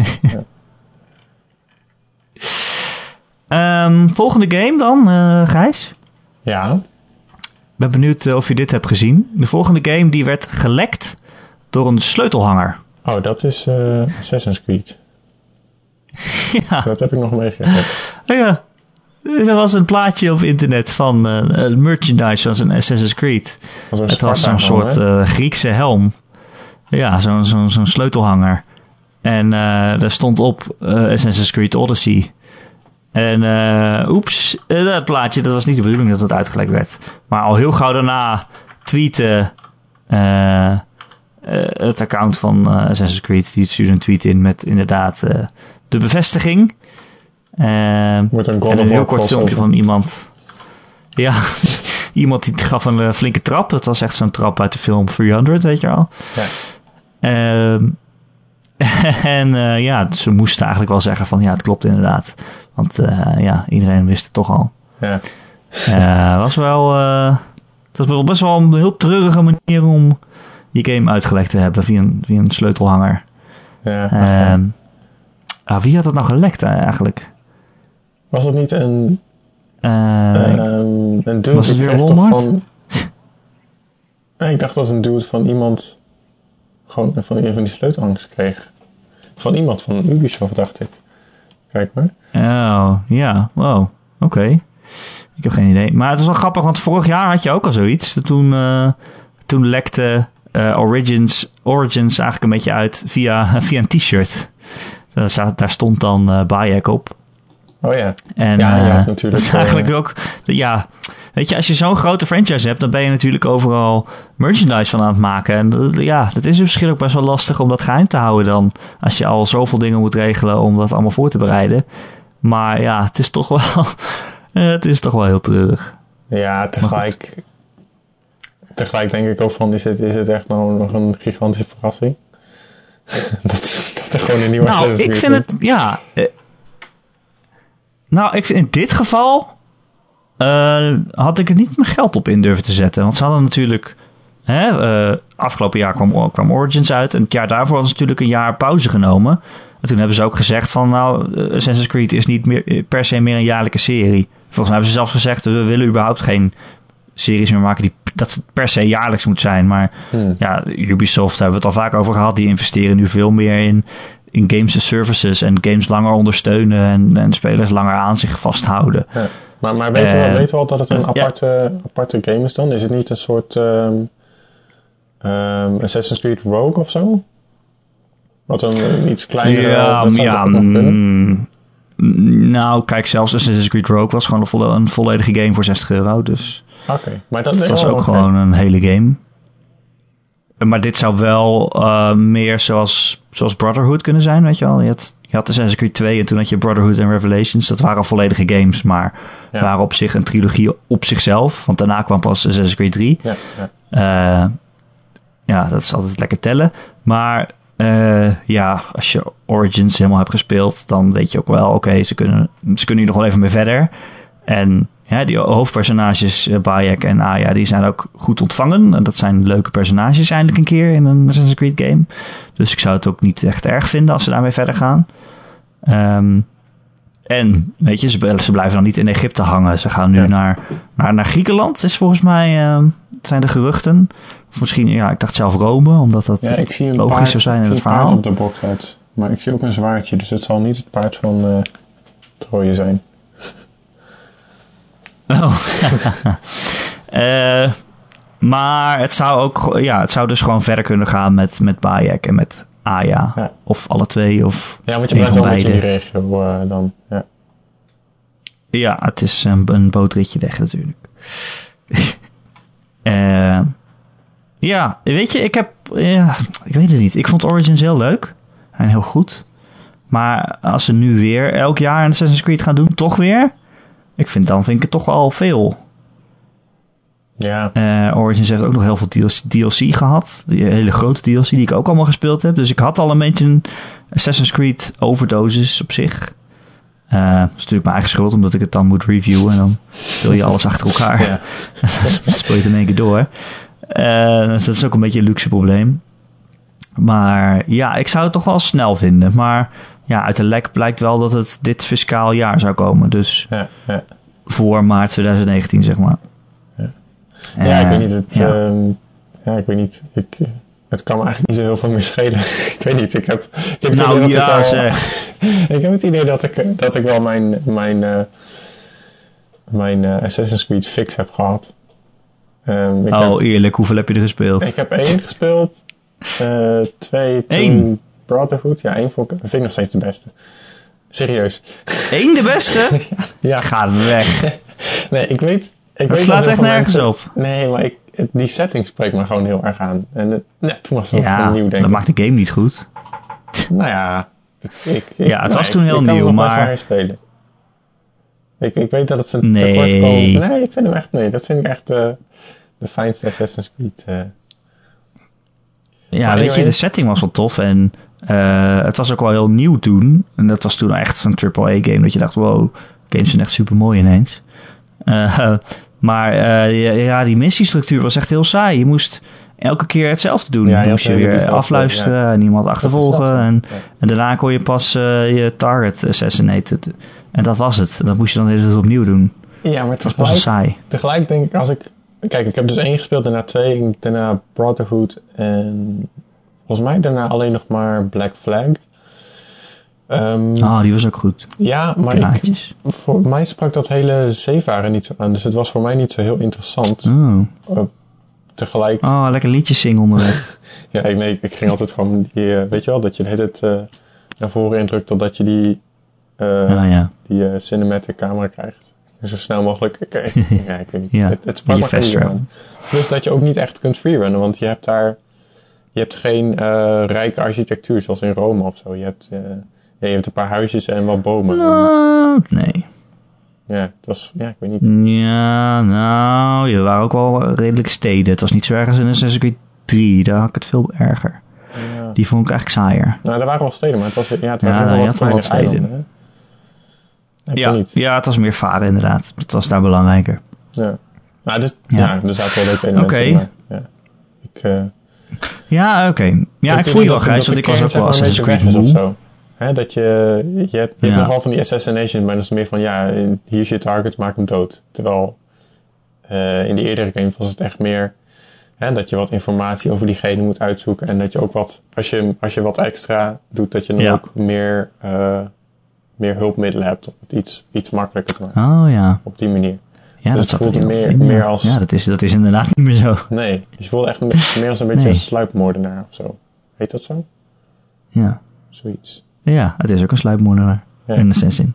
ja. um, volgende game dan, uh, Gijs? Ja. Ik ben benieuwd uh, of je dit hebt gezien. De volgende game die werd gelekt door een sleutelhanger. Oh, dat is uh, Assassin's Creed. Ja. Dat heb ik nog meegekregen. Ja. Er was een plaatje op internet van uh, merchandise van Assassin's Creed. Was het was zo'n soort uh, Griekse helm. Ja, zo'n zo'n zo'n sleutelhanger. En uh, daar stond op uh, Assassin's Creed Odyssey. En uh, oeps, uh, dat plaatje, dat was niet de bedoeling dat het uitgelekt werd. Maar al heel gauw daarna tweette... Uh, uh, het account van uh, Assassin's Creed, die stuurde een tweet in met inderdaad uh, de bevestiging. Uh, Wordt een, en een heel kort filmpje van iemand. Ja, iemand die gaf een uh, flinke trap. Dat was echt zo'n trap uit de film driehonderd, weet je wel. Ja. Uh, en uh, ja, ze moesten eigenlijk wel zeggen van ja, het klopt inderdaad. Want uh, ja, iedereen wist het toch al. Ja. Uh, was wel, uh, het was wel best wel een heel treurige manier om je game uitgelekt te hebben via een, via een sleutelhanger. Ja. Uh, uh, wie had dat nou gelekt uh, eigenlijk? Was het niet een... Uh, um, een dude was het weer Walmart? Van... nee, ik dacht dat een dude van iemand... gewoon van een van die sleutelhangers kreeg. Van iemand van Ubisoft, dacht ik. Kijk maar. Oh, ja. Wow. Oké. Okay. Ik heb geen idee. Maar het is wel grappig, want vorig jaar had je ook al zoiets. Toen, uh, toen lekte uh, Origins, Origins eigenlijk een beetje uit via, via een t-shirt. Daar, daar stond dan uh, Bayek op. Oh ja. En, ja, uh, je had natuurlijk... Dat is eigenlijk uh, ook... Ja, weet je, als je zo'n grote franchise hebt, dan ben je natuurlijk overal merchandise van aan het maken. En ja, dat is misschien ook best wel lastig om dat geheim te houden dan. Als je al zoveel dingen moet regelen om dat allemaal voor te bereiden. Maar ja, het is toch wel... het is toch wel heel treurig. Ja, tegelijk... Tegelijk denk ik ook van, is het, is het echt nou nog een gigantische verrassing? dat, dat er gewoon een nieuwe nou, ik vind het... Ja... Eh, nou, ik vind in dit geval... Uh, had ik er niet mijn geld op in durven te zetten. Want ze hadden natuurlijk... Hè, uh, afgelopen jaar kwam, kwam Origins uit. En het jaar daarvoor hadden ze natuurlijk een jaar pauze genomen. En toen hebben ze ook gezegd van... Nou, Assassin's Creed is niet meer, per se meer een jaarlijke serie. Volgens mij hebben ze zelfs gezegd... We willen überhaupt geen series meer maken... Die, dat het per se jaarlijks moet zijn. Maar hmm. ja, Ubisoft hebben we het al vaak over gehad. Die investeren nu veel meer in... in games as services en games langer ondersteunen... en, en spelers langer aan zich vasthouden. Ja. Maar, maar weten, we, uh, weten we al dat het een aparte, ja. aparte game is dan? Is het niet een soort um, um, Assassin's Creed Rogue of zo? Wat een iets kleiner... Ja, ja mm, nou, kijk, zelfs Assassin's Creed Rogue was gewoon een, volle, een volledige game voor zestig euro. Dus Oké, okay. Maar dat het was oh, ook okay. gewoon een hele game. Maar dit zou wel uh, meer zoals, zoals Brotherhood kunnen zijn, weet je wel. Je had, je had Assassin's Creed twee en toen had je Brotherhood en Revelations. Dat waren volledige games, maar ja. waren op zich een trilogie op zichzelf. Want daarna kwam pas Assassin's Creed drie. Ja, ja. Uh, ja, dat is altijd lekker tellen. Maar uh, ja, als je Origins helemaal hebt gespeeld, dan weet je ook wel, oké, okay, ze kunnen, ze kunnen hier nog wel even mee verder. En ja, die hoofdpersonages, uh, Bayek en Aya, die zijn ook goed ontvangen. En dat zijn leuke personages eindelijk een keer in een Assassin's Creed game. Dus ik zou het ook niet echt erg vinden als ze daarmee verder gaan. Um, en, weet je, ze, ze blijven dan niet in Egypte hangen. Ze gaan nu ja. naar, naar, naar Griekenland, is volgens mij, uh, zijn de geruchten. Of misschien, ja, ik dacht zelf Rome, omdat dat ja, ik zie een logisch paard, zou zijn in ik het zie verhaal. Ik zie een paard op de box uit. Maar ik zie ook een zwaardje, dus het zal niet het paard van uh, Troje zijn. Oh. uh, maar het zou ook, ja, het zou dus gewoon verder kunnen gaan met, met Bayek en met Aya. Ja. Of alle twee, of ja, want je blijft wel een beetje in die regio uh, dan. Ja. Ja, het is een, een bootritje weg natuurlijk. uh, ja, weet je, ik heb, ja, ik weet het niet. Ik vond Origins heel leuk en heel goed. Maar als ze nu weer elk jaar een Assassin's Creed gaan doen, toch weer... Ik vind, dan vind ik het toch wel veel. Ja. Uh, Origins heeft ook nog heel veel D L C gehad. Die hele grote D L C die ik ook allemaal gespeeld heb. Dus ik had al een beetje een Assassin's Creed overdosis op zich. Uh, dat is natuurlijk mijn eigen schuld, omdat ik het dan moet reviewen. En dan speel je alles achter elkaar. Ja. Dan speel je het in één keer door. Uh, dus dat is ook een beetje een luxe probleem. Maar ja, ik zou het toch wel snel vinden. Maar ja, uit de lek blijkt wel dat het dit fiscaal jaar zou komen. Dus ja, ja. voor maart twintig negentien, zeg maar. Ja, uh, ja ik weet niet. Het, ja. Uh, ja, ik weet niet. Ik, het kan me eigenlijk niet zo heel veel meer schelen. ik weet niet. Ik heb, ik heb het nou, idee dat ja, ik wel, zeg. ik heb het idee dat ik, dat ik wel mijn, mijn, uh, mijn uh, Assassin's Creed fix heb gehad. Um, ik oh, heb, eerlijk. Hoeveel heb je er gespeeld? Ik heb één gespeeld. Uh, twee, toen Brotherhood. Ja, één vond ik, vind ik nog steeds de beste. Serieus. Eén de beste? ja. Ga weg. nee, ik weet... Ik dat weet slaat echt nergens mensen, op. Nee, maar ik, het, die setting spreekt me gewoon heel erg aan. En het, ja, toen was het ja, ook nieuw, denk ik. dat maakt de game niet goed. Nou ja, ik, ik, ik, ja, het nou, was toen ik, heel ik kan nieuw, hem nog maar... best wel spelen. Ik, ik weet dat het zijn nee. tekort komt. Nee, ik vind hem echt... Nee, dat vind ik echt uh, de fijnste Assassin's Creed. Uh. Ja, maar weet anyway, je, de setting was wel tof en uh, het was ook wel heel nieuw toen. En dat was toen echt zo'n triple A game dat je dacht, wow, games zijn echt super mooi ineens. Uh, maar uh, ja, die missiestructuur was echt heel saai. Je moest elke keer hetzelfde doen. Ja, je moest je weer afluisteren ja. en iemand achtervolgen. En, ja. en daarna kon je pas uh, je target assassinaten. En dat was het. Dat moest je dan de hele tijd opnieuw doen. Ja, maar het was best wel saai. Tegelijk denk ik, als ik... Kijk, ik heb dus één gespeeld, daarna twee, daarna Brotherhood en volgens mij daarna alleen nog maar Black Flag. Um, oh, die was ook goed. Ja, maar ik, voor mij sprak dat hele zeevaren niet zo aan. Dus het was voor mij niet zo heel interessant. Oh. Uh, tegelijk... Oh, lekker liedjes zingen onderweg. ja, ik, nee, ik ging altijd gewoon die... Uh, weet je wel, dat je de hele tijd uh, naar voren indrukt totdat je die, uh, oh, ja. die uh, cinematic camera krijgt. Zo snel mogelijk. Okay. ja, ik weet niet. ja, het, het sprak me niet aan. Plus dat je ook niet echt kunt freerunnen, want je hebt daar... Je hebt geen uh, rijke architectuur zoals in Rome of zo. Je hebt... Uh, Ja, je hebt een paar huisjes en wat bomen. Nou, nee. Ja, het was... Ja, ik weet niet. Ja, nou... Je waren ook wel redelijk steden. Het was niet zo erg als in Assassin's Creed drie. Daar had ik het veel erger. Ja. Die vond ik eigenlijk saaier. Nou, er waren wel steden, maar het was... Ja, het waren ja, wel je wat had wel wat steden. Eilanden, ja, niet. ja, het was meer varen inderdaad. Het was daar belangrijker. Ja. Nou, dus, ja. ja, er zaten wel leuke elementen okay. in. Maar, ja, ik... Uh, ja, oké. Okay. Ja, ik voel je wel, Gijs, want ik was ook wel Assassin's Creed moe. Hè, dat je, je hebt, je hebt ja. nogal van die assassination, maar dat is meer van, ja, hier is je target, maak hem dood. Terwijl uh, in de eerdere games was het echt meer hè, dat je wat informatie over diegene moet uitzoeken. En dat je ook wat, als je, als je wat extra doet, dat je dan ja. ook meer, uh, meer hulpmiddelen hebt om het iets, iets makkelijker te maken. Oh ja. Op die manier. Ja, dus dat het voelt meer, in, meer als... Ja, dat is, dat is inderdaad niet meer zo. Nee, je voelt echt een, meer als een beetje nee. een sluipmoordenaar of zo. Heet dat zo? Ja. Zoiets. Ja, het is ook een sluipmoordenaar. Ja. In Assassin.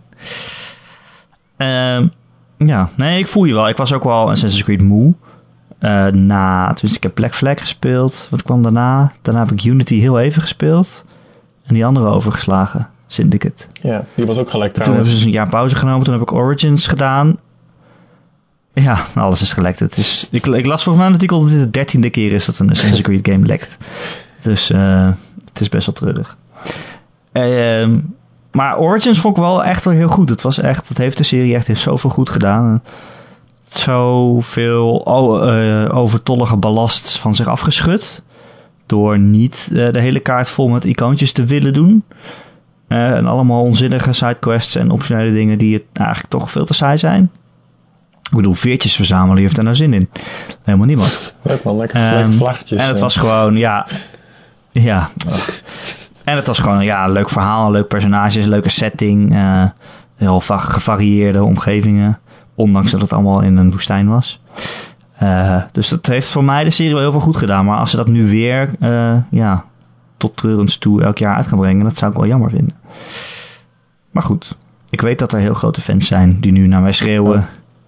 Uh, ja, nee, ik voel je wel. Ik was ook wel Assassin's Creed moe. Uh, na, toen ik heb Black Flag gespeeld. Wat kwam daarna? Daarna heb ik Unity heel even gespeeld. En die andere overgeslagen. Syndicate. Ja, die was ook gelijk trouwens. Toen hebben ze dus een jaar pauze genomen. Toen heb ik Origins gedaan. Ja, alles is gelekt. Het is, ik, ik las volgens mij een artikel dat dit de dertiende keer is dat een Assassin's Creed game lekt. Dus uh, het is best wel treurig. Uh, maar Origins vond ik wel echt wel heel goed. Het was echt, het heeft de serie echt heeft zoveel goed gedaan. Zoveel oh, uh, overtollige ballast van zich afgeschud. Door niet uh, de hele kaart vol met icoontjes te willen doen. Uh, en allemaal onzinnige sidequests en optionele dingen die het eigenlijk toch veel te saai zijn. Ik bedoel, veertjes verzamelen, je heeft daar nou zin in. Helemaal niemand. Leuk man, lekker, um, lekker vlaggetjes. En het was gewoon, ja... Ja... En het was gewoon ja, een leuk verhaal, leuk personages, een leuke setting. Uh, heel gevarieerde omgevingen. Ondanks dat het allemaal in een woestijn was. Uh, dus dat heeft voor mij de serie wel heel veel goed gedaan. Maar als ze dat nu weer uh, ja, tot treurens toe elk jaar uit gaan brengen, dat zou ik wel jammer vinden. Maar goed, ik weet dat er heel grote fans zijn die nu naar mij schreeuwen.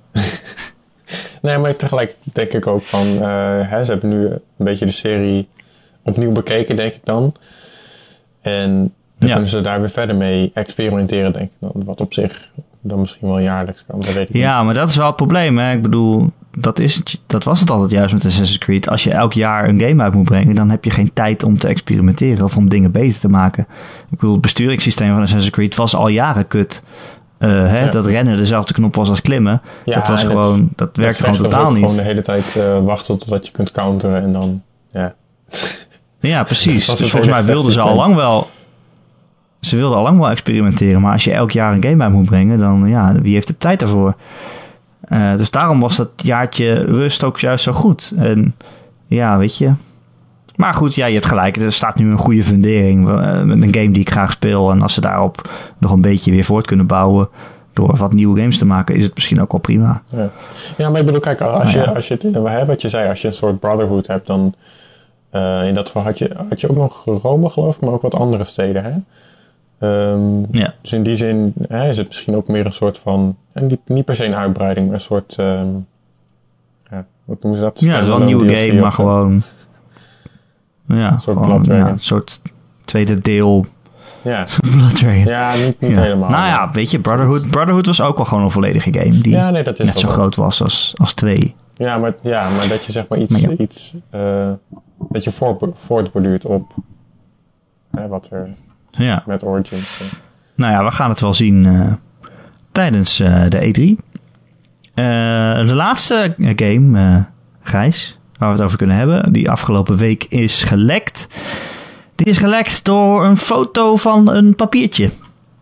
Nee, maar tegelijk denk ik ook van... Uh, hè, ze hebben nu een beetje de serie opnieuw bekeken, denk ik dan. En dan ja. kunnen ze daar weer verder mee experimenteren, denk ik dan. Wat op zich dan misschien wel jaarlijks kan, dat weet ik Ja, niet. maar dat is wel het probleem, hè. Ik bedoel, dat, is het, dat was het altijd juist met Assassin's Creed. Als je elk jaar een game uit moet brengen, dan heb je geen tijd om te experimenteren of om dingen beter te maken. Ik bedoel, het besturingssysteem van Assassin's Creed was al jaren kut. Uh, hè, ja. Dat rennen dezelfde knop was als klimmen. Ja, dat was gewoon, het, dat werkte gewoon totaal niet. Gewoon de hele tijd uh, wachten totdat je kunt counteren en dan, ja... Ja, precies. Dus volgens mij wilden ze al lang wel... Ze wilden al lang wel experimenteren. Maar als je elk jaar een game uit moet brengen... dan ja, wie heeft de tijd daarvoor? Uh, dus daarom was dat jaartje rust ook juist zo goed. En ja, weet je... Maar goed, ja, je hebt gelijk. Er staat nu een goede fundering. Uh, met een game die ik graag speel. En als ze daarop nog een beetje weer voort kunnen bouwen... door wat nieuwe games te maken... is het misschien ook wel prima. Ja, ja maar ik bedoel, kijk... Als je, als je het, wat je zei, als je een soort Brotherhood hebt... dan... Uh, in dat geval had je, had je ook nog Rome, geloof ik, maar ook wat andere steden, hè? Um, ja. Dus in die zin hè, is het misschien ook meer een soort van... Niet, niet per se een uitbreiding, maar een soort... Um, Ja, wat noemen ze dat? Ja, het is wel een nieuwe game, maar gewoon... Ja, een soort gewoon, Blood ja, Dragon. een soort tweede deel Ja, Blood Dragon. ja niet, niet Ja. helemaal. Nou ja, weet je, Brotherhood, Brotherhood was ook wel gewoon een volledige game. Die Ja, nee, dat is net wel zo wel. groot was als, als twee. Ja, maar, ja, maar dat je zeg maar iets... Maar ja. iets uh, dat je voor, voortborduurt op hè, wat er Ja. met Origins... Uh. Nou ja, we gaan het wel zien uh, tijdens uh, de E drie. Uh, de laatste game, uh, Gijs, waar we het over kunnen hebben, die afgelopen week is gelekt. Die is gelekt door een foto van een papiertje.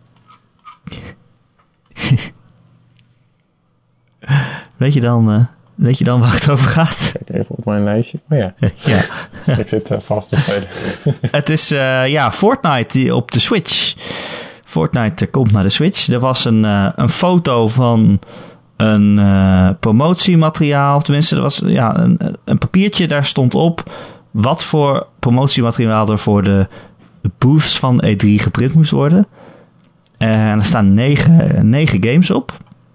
Weet je dan, uh, weet je dan waar het over gaat? Kijk even op mijn lijstje. Oh ja, Ja. ik zit uh, vast te spelen. Het is uh, ja, Fortnite die op de Switch. Fortnite uh, komt naar de Switch. Er was een, uh, een foto van een uh, promotiemateriaal. Tenminste, er was ja, een, een papiertje. Daar stond op wat voor promotiemateriaal er voor de booths van E drie geprint moest worden. En er staan negen, negen games op.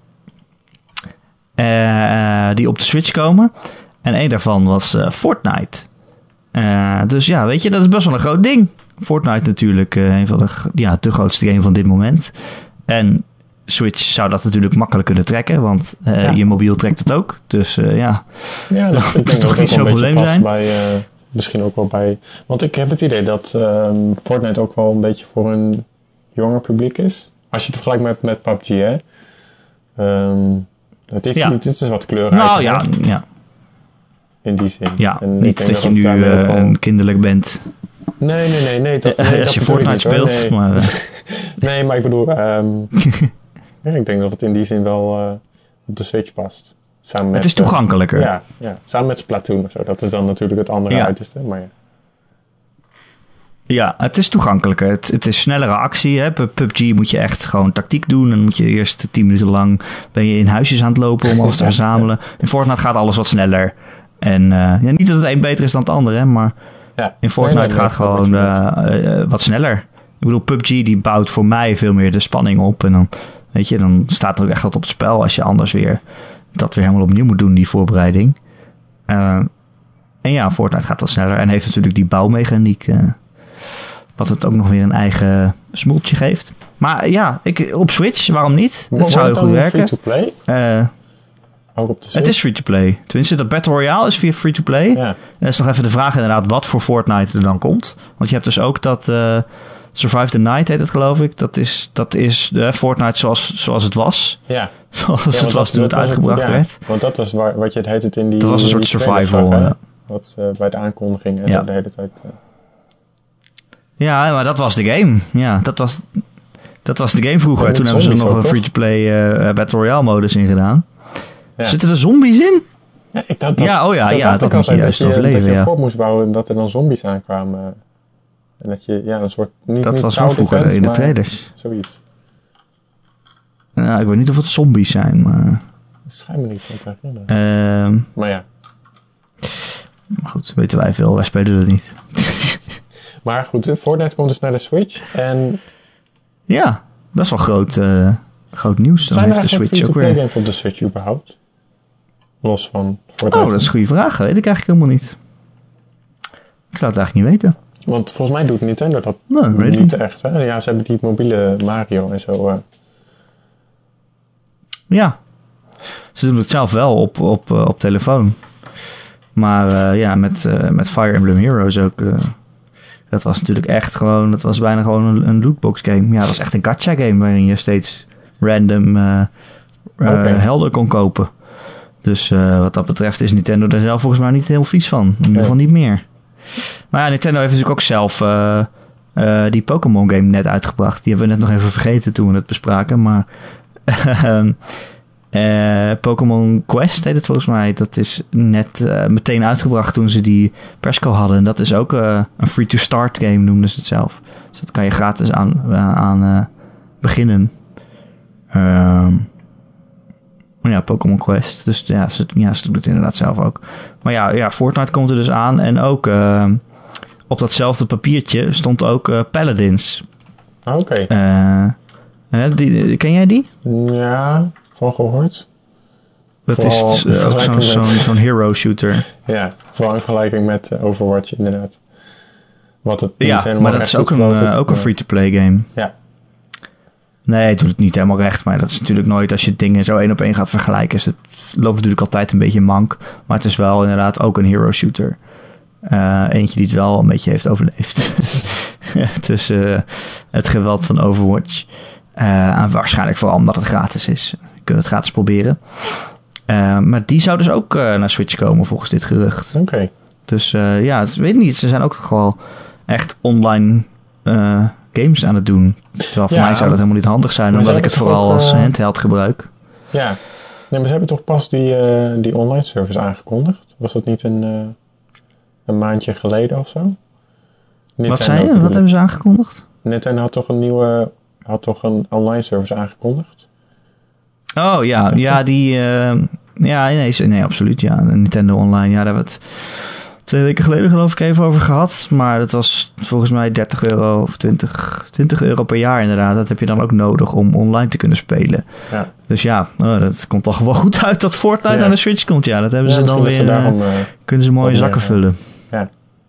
Uh, die op de Switch komen. En één daarvan was uh, Fortnite. Uh, dus ja, weet je, dat is best wel een groot ding. Fortnite natuurlijk, uh, een van de, ja, de grootste game van dit moment. En Switch zou dat natuurlijk makkelijk kunnen trekken, want uh, ja. je mobiel trekt het ook. Dus uh, ja, ja, dat dat moet toch niet zo'n probleem zijn. Bij, uh, misschien ook wel bij... Want ik heb het idee dat uh, Fortnite ook wel een beetje voor een jonger publiek is. Als je het vergelijkt met, met P U B G, hè. Um, het is, ja. Dit is wat kleurrijker. Nou ja, ja. In die zin. Ja, en niet dat, dat je nu uh, al... een kinderlijk bent. Nee, nee, nee. nee, dat, nee als dat je Fortnite niet, speelt. Nee. Maar, uh... nee, maar ik bedoel... Um, ja, ik denk dat het in die zin wel uh, op de Switch past. Samen met, het is toegankelijker. Uh, ja, ja, samen met Splatoon of zo. Dat is dan natuurlijk het andere ja. uiterste. Maar ja. Ja, het is toegankelijker. Het, het is snellere actie. Hè. P U B G moet je echt gewoon tactiek doen. Dan moet je eerst tien minuten lang ben je in huisjes aan het lopen om alles te verzamelen. In Fortnite gaat alles wat sneller. En uh, ja, niet dat het een beter is dan het ander, hè, maar ja. in Fortnite nee, nee, gaat nee, gewoon uh, uh, wat sneller. Ik bedoel, P U B G die bouwt voor mij veel meer de spanning op. En dan, weet je, dan staat er ook echt wat op het spel als je anders weer dat weer helemaal opnieuw moet doen, die voorbereiding. Uh, en ja, Fortnite gaat wat sneller en heeft natuurlijk die bouwmechaniek... Uh, wat het ook nog weer een eigen smoeltje geeft. Maar ja, ik, op Switch, waarom niet? Het zou heel goed werken. Free-to-play? Uh, ook op de Switch? Het is free-to-play. Tenminste, dat Battle Royale is via free-to-play. Ja. En dat is nog even de vraag inderdaad wat voor Fortnite er dan komt. Want je hebt dus ook dat uh, Survive the Night heet het geloof ik. Dat is, dat is uh, Fortnite zoals, zoals het was. Ja. Zoals ja, het was toen het uitgebracht het, ja, werd. Want dat was waar, wat je het heet het in die... Dat was een soort survival. Zag, uh, wat uh, bij de aankondiging en ja. de hele tijd... Uh, Ja, maar dat was de game. Ja, dat was, dat was de game vroeger. Ja, toen hebben ze er nog ook, een free-to-play uh, Battle Royale modus in gedaan. Ja. Zitten er zombies in? Ja, ik dacht dat, ja, oh ja, dat, ja, dat, dat dat moet je juist dat je, overleven. Dat je ja. voor moest bouwen en dat er dan zombies aankwamen. En dat je, ja, een soort... Niet, dat niet was wel vroeger defense, in de trailers. Zoiets. Nou, ik weet niet of het zombies zijn, maar... Schijnbaar niet van te herinneren. Uh, maar ja. Maar goed, weten wij veel. Wij spelen het niet. Maar goed, Fortnite komt dus naar de Switch en... Ja, best wel groot, uh, groot nieuws. Dan zijn heeft er de Switch ook weer... games op de Switch überhaupt? Los van Fortnite. Oh, dat is een goede vraag. Dat weet ik eigenlijk helemaal niet. Ik zou het eigenlijk niet weten. Want volgens mij doet Nintendo dat no, niet niet echt. Hè? Ja, ze hebben die mobiele Mario en zo. Uh. Ja. Ze doen het zelf wel op, op, uh, op telefoon. Maar uh, ja, met, uh, met Fire Emblem Heroes ook... Uh, dat was natuurlijk echt gewoon... Dat was bijna gewoon een, een lootbox game. Ja, dat was echt een gacha game... waarin je steeds random uh, uh, okay. helden kon kopen. Dus uh, wat dat betreft is Nintendo daar zelf volgens mij niet heel vies van. In ieder geval niet meer. Maar ja, Nintendo heeft natuurlijk ook zelf... Uh, uh, die Pokémon game net uitgebracht. Die hebben we net nog even vergeten toen we het bespraken. Maar... Uh, Uh, Pokémon Quest heet het volgens mij. Dat is net uh, meteen uitgebracht toen ze die persco hadden. En dat is ook uh, een free-to-start game, noemden ze het zelf. Dus dat kan je gratis aan, uh, aan uh, beginnen. Uh, ja, Pokémon Quest. Dus ja ze, ja, ze doen het inderdaad zelf ook. Maar ja, ja Fortnite komt er dus aan. En ook uh, op datzelfde papiertje stond ook uh, Paladins. Oké. Okay. Uh, uh, die, ken jij die? Ja... van gehoord. We Dat Vooral is uh, ook zo'n, met, zo'n, zo'n hero shooter. Ja, vooral in vergelijking met uh, Overwatch inderdaad. Wat het niet Ja, helemaal maar dat recht is ook doet, een, geloof ik. uh, ook een free-to-play game. Ja. Nee, het doet het niet helemaal recht. Maar dat is natuurlijk nooit als je dingen zo één op één gaat vergelijken. Is het loopt natuurlijk altijd een beetje mank. Maar het is wel inderdaad ook een hero shooter. Uh, eentje die het wel een beetje heeft overleefd. Tussen uh, het geweld van Overwatch. Uh, en waarschijnlijk vooral omdat het gratis is. Je kunt het gratis proberen. Uh, maar die zou dus ook uh, naar Switch komen volgens dit gerucht. Oké. Okay. Dus uh, ja, ik weet niet. Ze zijn ook gewoon echt online uh, games aan het doen. Terwijl voor ja, mij zou dat helemaal niet handig zijn. Omdat ik het vooral ook, uh, als handheld gebruik. Ja. Nee, maar ze hebben toch pas die, uh, die online service aangekondigd? Was dat niet een, uh, een maandje geleden of zo? Nintendo Wat zei je? Wat hebben ze aangekondigd? Nintendo had toch een nieuwe... had toch een online service aangekondigd? Oh ja, ja die... Uh, ja, nee, nee, absoluut. Ja, Nintendo Online. Ja, daar hebben we het twee weken geleden geloof ik even over gehad. Maar dat was volgens mij dertig euro of twintig, twintig euro per jaar inderdaad. Dat heb je dan ook nodig om online te kunnen spelen. Ja. Dus ja, oh, dat komt toch wel goed uit dat Fortnite ja. aan de Switch komt. Ja, dat hebben ja, ze dan weer... Ze daarom, uh, kunnen ze mooie zakken meer, vullen. Ja.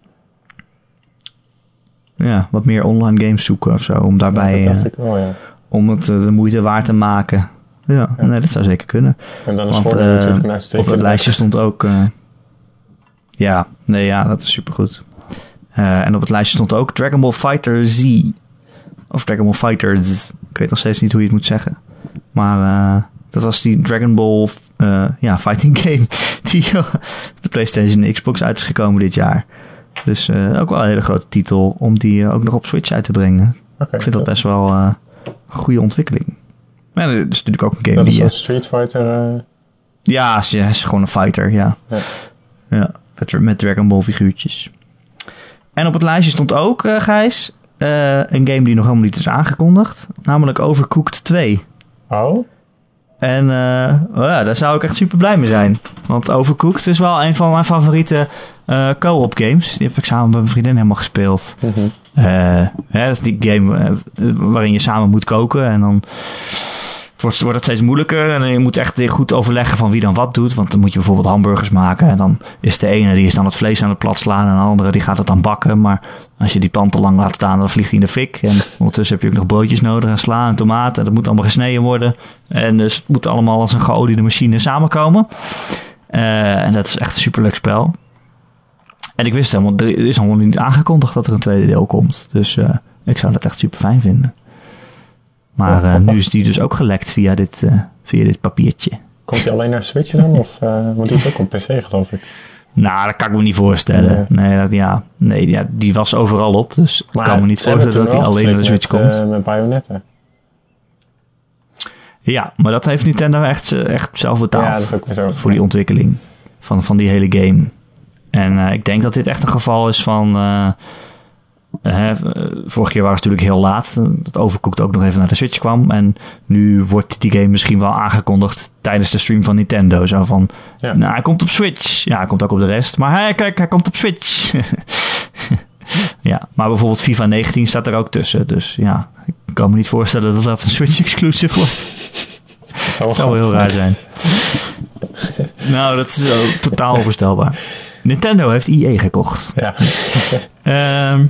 Ja, wat meer online games zoeken of zo. Om daarbij... Ja, dat dacht ik wel, ja. Om het uh, de moeite waard te maken. Ja, ja, nee, dat zou zeker kunnen. En dan is Want, uh, natuurlijk een uitstekende... Op het lijstje stond ook... Uh, ja, nee, ja, dat is supergoed. Uh, en op het lijstje stond ook Dragon Ball Fighter Z. Of Dragon Ball Fighters. Ik weet nog steeds niet hoe je het moet zeggen. Maar uh, dat was die Dragon Ball uh, ja, fighting game die op de PlayStation en de Xbox uit is gekomen dit jaar. Dus uh, ook wel een hele grote titel om die uh, ook nog op Switch uit te brengen. Okay, ik vind dat best wel uh, een goede ontwikkeling. Maar ja, dat is natuurlijk ook een game dat die... Dat is een Street Fighter... Uh... Ja, hij is gewoon een fighter, ja. Ja, ja met, met Dragon Ball figuurtjes. En op het lijstje stond ook, uh, Gijs, uh, een game die nog helemaal niet is aangekondigd. Namelijk Overcooked twee. Oh? En uh, oh ja, daar zou ik echt super blij mee zijn. Want Overcooked is wel een van mijn favoriete uh, co-op games. Die heb ik samen met mijn vriendin helemaal gespeeld. Mm-hmm. Uh, hè, dat is die game uh, waarin je samen moet koken. En dan wordt, wordt het steeds moeilijker. En je moet echt goed overleggen van wie dan wat doet. Want dan moet je bijvoorbeeld hamburgers maken. En dan is de ene die is dan het vlees aan het plat slaan. En de andere die gaat het dan bakken. Maar als je die pan te lang laat staan, dan vliegt hij in de fik. En ondertussen heb je ook nog broodjes nodig. En sla en tomaten. En dat moet allemaal gesneden worden. En dus het moet allemaal als een geoliede machine samenkomen. Uh, en dat is echt een superleuk spel. En ik wist helemaal, er is helemaal niet aangekondigd dat er een tweede deel komt. Dus uh, ik zou dat echt super fijn vinden. Maar uh, nu is die dus ook gelekt via dit, uh, via dit papiertje. Komt hij alleen naar Switch dan? Of, uh, want die is ook op P C geloof ik. Nou, dat kan ik me niet voorstellen. Nee, nee, dat, ja, nee ja, die was overal op. Dus maar ik kan me niet voorstellen dat hij alleen naar de Switch met, komt. Uh, met Bayonetta. Ja, maar dat heeft Nintendo echt, echt zelf betaald. Ja, dat is ook weer zo. Voor die ontwikkeling van, van die hele game. En uh, ik denk dat dit echt een geval is van... Uh, uh, vorige keer waren ze natuurlijk heel laat. Dat Overcooked ook nog even naar de Switch kwam. En nu wordt die game misschien wel aangekondigd tijdens de stream van Nintendo. Zo van, ja. Nou, hij komt op Switch. Ja, hij komt ook op de rest. Maar hey, kijk, hij komt op Switch. Ja, maar bijvoorbeeld FIFA negentien staat er ook tussen. Dus ja, ik kan me niet voorstellen dat dat een Switch exclusive wordt. Dat zou, dat zou wel heel raar zijn. Nou, dat is uh, totaal onvoorstelbaar. Nintendo heeft I E gekocht. Ja. um,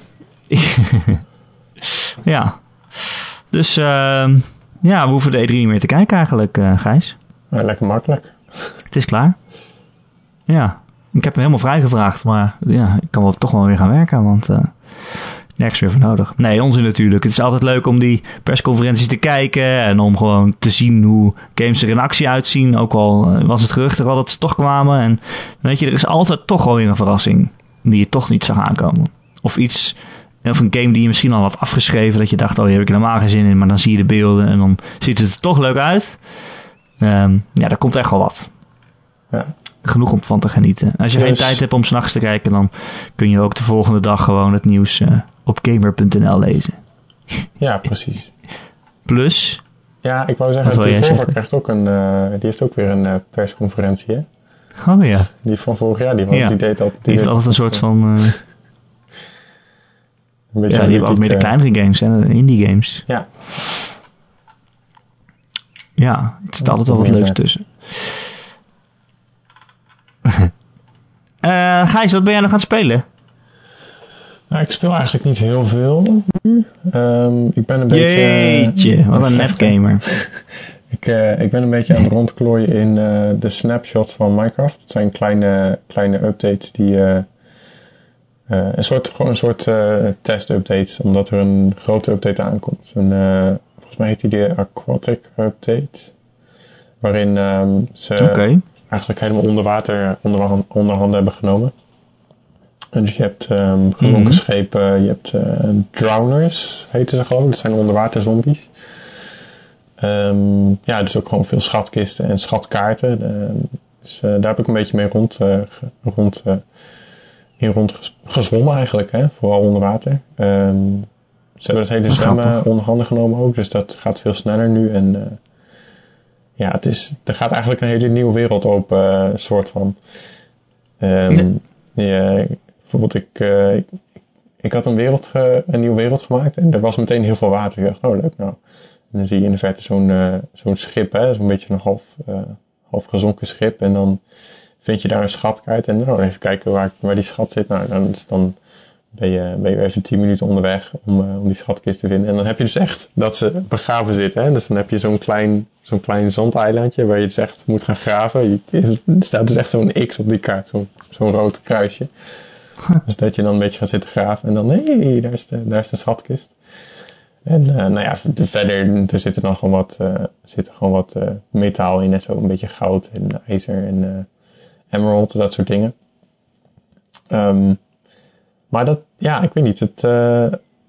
ja. Dus uh, ja, we hoeven de E drie niet meer te kijken eigenlijk, uh, Gijs. Ja, lekker makkelijk. Het is klaar. Ja. Ik heb hem helemaal vrijgevraagd, maar ja, ik kan wel toch wel weer gaan werken, want uh, nergens weer voor nodig. Nee, onzin natuurlijk. Het is altijd leuk om die persconferenties te kijken en om gewoon te zien hoe games er in actie uitzien. Ook al was het gerucht er al dat ze toch kwamen. En weet je, er is altijd toch wel weer een verrassing die je toch niet zag aankomen. Of iets, of een game die je misschien al had afgeschreven, dat je dacht, oh, hier heb ik helemaal geen zin in, maar dan zie je de beelden en dan ziet het er toch leuk uit. Um, ja, daar komt echt wel wat. Ja. Genoeg om van te genieten. Als je dus geen tijd hebt om 's nachts te kijken, dan kun je ook de volgende dag gewoon het nieuws uh, op gamer punt n l lezen. Ja, precies. Plus... Ja, ik wou zeggen, Devolver krijgt ook een, uh, die heeft ook weer een uh, persconferentie, hè? Oh ja. Die van vorig jaar, die, ja. die deed altijd... Die, die heeft altijd een soort van... Uh, een ja, die hebben ook meer de kleinere games en de indie games. Ja. Ja, het zit altijd wel wat leuks tussen. uh, Gijs, wat ben jij nog aan het spelen? Nou, ik speel eigenlijk niet heel veel nu. Um, ik ben een beetje... Jeetje, wat een netgamer. ik, uh, ik ben een beetje aan het rondklooien in uh, de snapshot van Minecraft. Het zijn kleine, kleine updates die... Uh, uh, een soort, gewoon een soort uh, test-updates, omdat er een grote update aankomt. En, uh, volgens mij heet die de Aquatic Update. Waarin um, ze okay. eigenlijk helemaal onder water onder, onder handen hebben genomen. En dus je hebt um, gezonken mm-hmm. schepen, je hebt uh, drowners, heten ze geloof ik. Dat zijn onderwater zombies. Um, ja, dus ook gewoon veel schatkisten en schatkaarten. Uh, dus uh, daar heb ik een beetje mee rond, uh, rond, uh, in rond gezwommen eigenlijk, hè? Vooral onder water. Um, ze hebben het hele zwemmen onder handen genomen ook, dus dat gaat veel sneller nu. En uh, ja, het is, er gaat eigenlijk een hele nieuwe wereld open, uh, soort van. Um, nee. ja, bijvoorbeeld, ik, uh, ik, ik had een, wereld ge, een nieuwe wereld gemaakt en er was meteen heel veel water. Ik dacht, oh leuk, nou. En dan zie je in de verte zo'n, uh, zo'n schip, hè, zo'n beetje een half, uh, half gezonken schip. En dan vind je daar een schatkaart en nou, even kijken waar, waar die schat zit. Nou, dan, dus dan ben je, ben je even tien minuten onderweg om, uh, om die schatkist te vinden. En dan heb je dus echt dat ze begraven zitten. Hè? Dus dan heb je zo'n klein, zo'n klein zandeilandje waar je dus echt moet gaan graven. Je, er staat dus echt zo'n X op die kaart, zo'n, zo'n rood kruisje. Dus dat je dan een beetje gaat zitten graven en dan, hé, hey, daar is de, daar is de schatkist. En uh, nou ja, verder, er zit er dan gewoon wat, uh, zit er gewoon wat uh, metaal in en zo. Een beetje goud en ijzer en uh, emerald, dat soort dingen. Um, maar dat, ja, ik weet niet. Het, uh,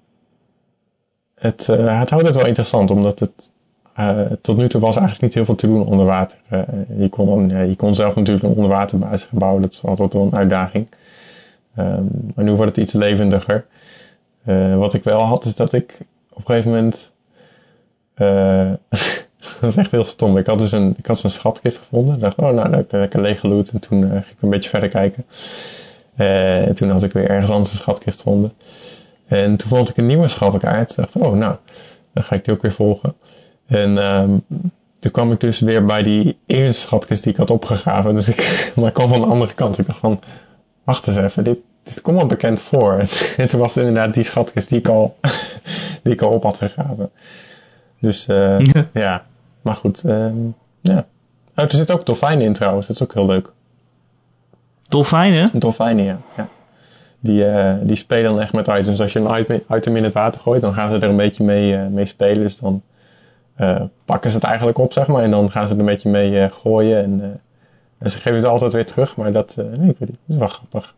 het, uh, het houdt het wel interessant, omdat het uh, tot nu toe was eigenlijk niet heel veel te doen onder water. Uh, je, kon dan, uh, je kon zelf natuurlijk een onderwaterbasis gaan bouwen, dat is altijd wel een uitdaging. Um, maar nu wordt het iets levendiger. Uh, wat ik wel had, is dat ik op een gegeven moment... Uh, dat is echt heel stom. Ik had dus een, ik had zo'n schatkist gevonden. Ik dacht, oh nou, dan heb ik lekker leeg geloot. En toen uh, ging ik een beetje verder kijken. Uh, en toen had ik weer ergens anders een schatkist gevonden. En toen vond ik een nieuwe schatkaart. Ik dacht, oh nou, dan ga ik die ook weer volgen. En um, toen kwam ik dus weer bij die eerste schatkist die ik had opgegraven. Dus ik, maar ik kwam van de andere kant. Ik dacht van, wacht eens even, dit, dit komt wel bekend voor. En toen was het inderdaad die schatkist die ik al, die ik al op had gegraven. Dus uh, ja. ja, maar goed. Um, ja. Oh, er zit ook dolfijnen in trouwens, dat is ook heel leuk. Dolfijnen? Dolfijnen, ja. ja. Die, uh, die spelen dan echt met items. Als je een item in het water gooit, dan gaan ze er een beetje mee, uh, mee spelen. Dus dan uh, pakken ze het eigenlijk op, zeg maar. En dan gaan ze er een beetje mee uh, gooien. En, uh, en ze geven het altijd weer terug. Maar dat, uh, nee, ik weet niet. Dat is wel grappig.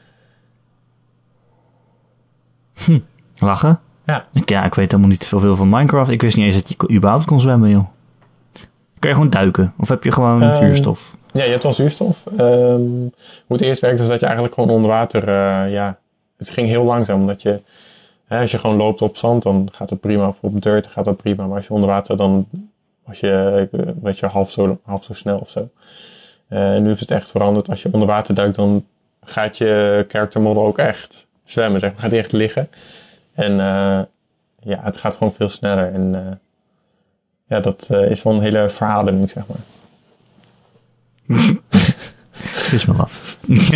Hm, lachen? Ja. Ik, ja, ik weet helemaal niet zoveel van Minecraft. Ik wist niet eens dat je überhaupt kon zwemmen, joh. Kun je gewoon duiken? Of heb je gewoon um, zuurstof? Ja, je hebt wel zuurstof. Um, hoe het eerst werkt is dat je eigenlijk gewoon onder water... Uh, ja, het ging heel langzaam. Omdat je, hè, als je gewoon loopt op zand, dan gaat het prima. Of op dirt gaat dat prima. Maar als je onder water, dan was je, weet je half, zo, half zo snel of zo. Uh, en nu is het echt veranderd. Als je onder water duikt, dan gaat je character model ook echt zwemmen. Zeg maar. Gaat hij echt liggen. En uh, ja, het gaat gewoon veel sneller. En uh, ja, dat uh, is wel een hele verademing, zeg maar. Is maar wat.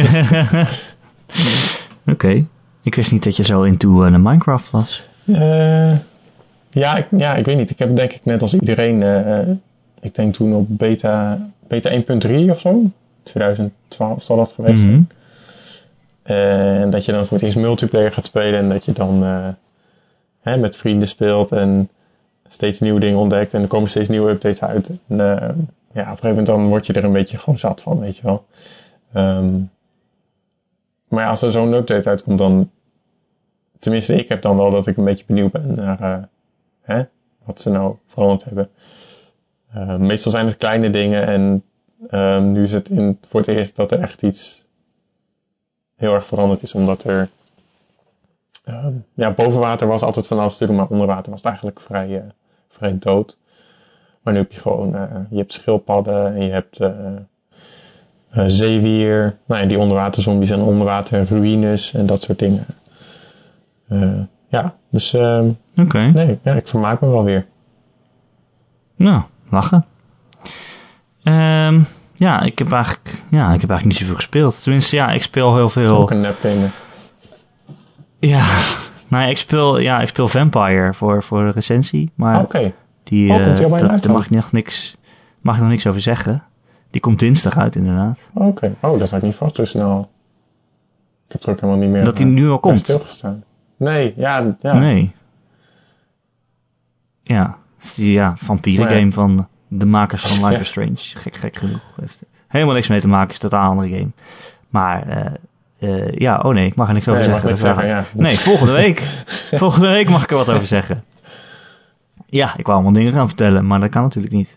Oké. Okay. Ik wist niet dat je zo into uh, Minecraft was. Uh, ja, ik, ja, ik weet niet. Ik heb denk ik net als iedereen... Uh, ik denk toen op beta, beta één punt drie of zo. twintig twaalf zal dat geweest zijn. Mm-hmm. Uh, en dat je dan voor het eerst multiplayer gaat spelen. En dat je dan uh, hè, met vrienden speelt. En steeds nieuwe dingen ontdekt. En er komen steeds nieuwe updates uit. En, uh, ja, op een gegeven moment dan word je er een beetje gewoon zat van, weet je wel. Um, maar ja, als er zo'n update uitkomt, dan... Tenminste, ik heb dan wel dat ik een beetje benieuwd ben naar uh, hè, wat ze nou veranderd hebben. Uh, meestal zijn het kleine dingen en um, nu is het in, voor het eerst dat er echt iets heel erg veranderd is. Omdat er... Um, ja, boven water was altijd van alles te doen, maar onder water was het eigenlijk vrij, uh, vrij dood. Maar nu heb je gewoon, uh, je hebt schildpadden en je hebt uh, uh, zeewier, nou ja, die onderwaterzombies en onderwaterruïnes en dat soort dingen. Uh, ja, dus uh, okay. nee, ja, ik vermaak me wel weer. Nou, lachen. Um, ja, ik heb eigenlijk, ja, ik heb eigenlijk niet zoveel gespeeld. Tenminste, ja, ik speel heel veel... Ook een nepgamer. Ja, nou ja, ik speel, ja, ik speel Vampire voor, voor de recensie, maar Oké. Okay. die, oh, uh, komt die al bijna uit daar mag ik nog niks, mag ik nog niks over zeggen. Die komt dinsdag uit, inderdaad. Oké, okay. Oh, dat had ik niet vast zo snel. Ik heb er ook helemaal niet meer... Dat die nu al komt? stilgestaan. Nee, ja, ja. Nee. Ja, het is die ja, vampieren game ja. van de makers van Life is Strange. Gek, gek genoeg. Heeft helemaal niks mee te maken, is een totaal andere game. Maar... Uh, Uh, ja, oh nee, ik mag er niks over nee, zeggen. Mag niks zeggen ja. Nee, volgende week. volgende week mag ik er wat over zeggen. Ja, ik wou allemaal dingen gaan vertellen, maar dat kan natuurlijk niet.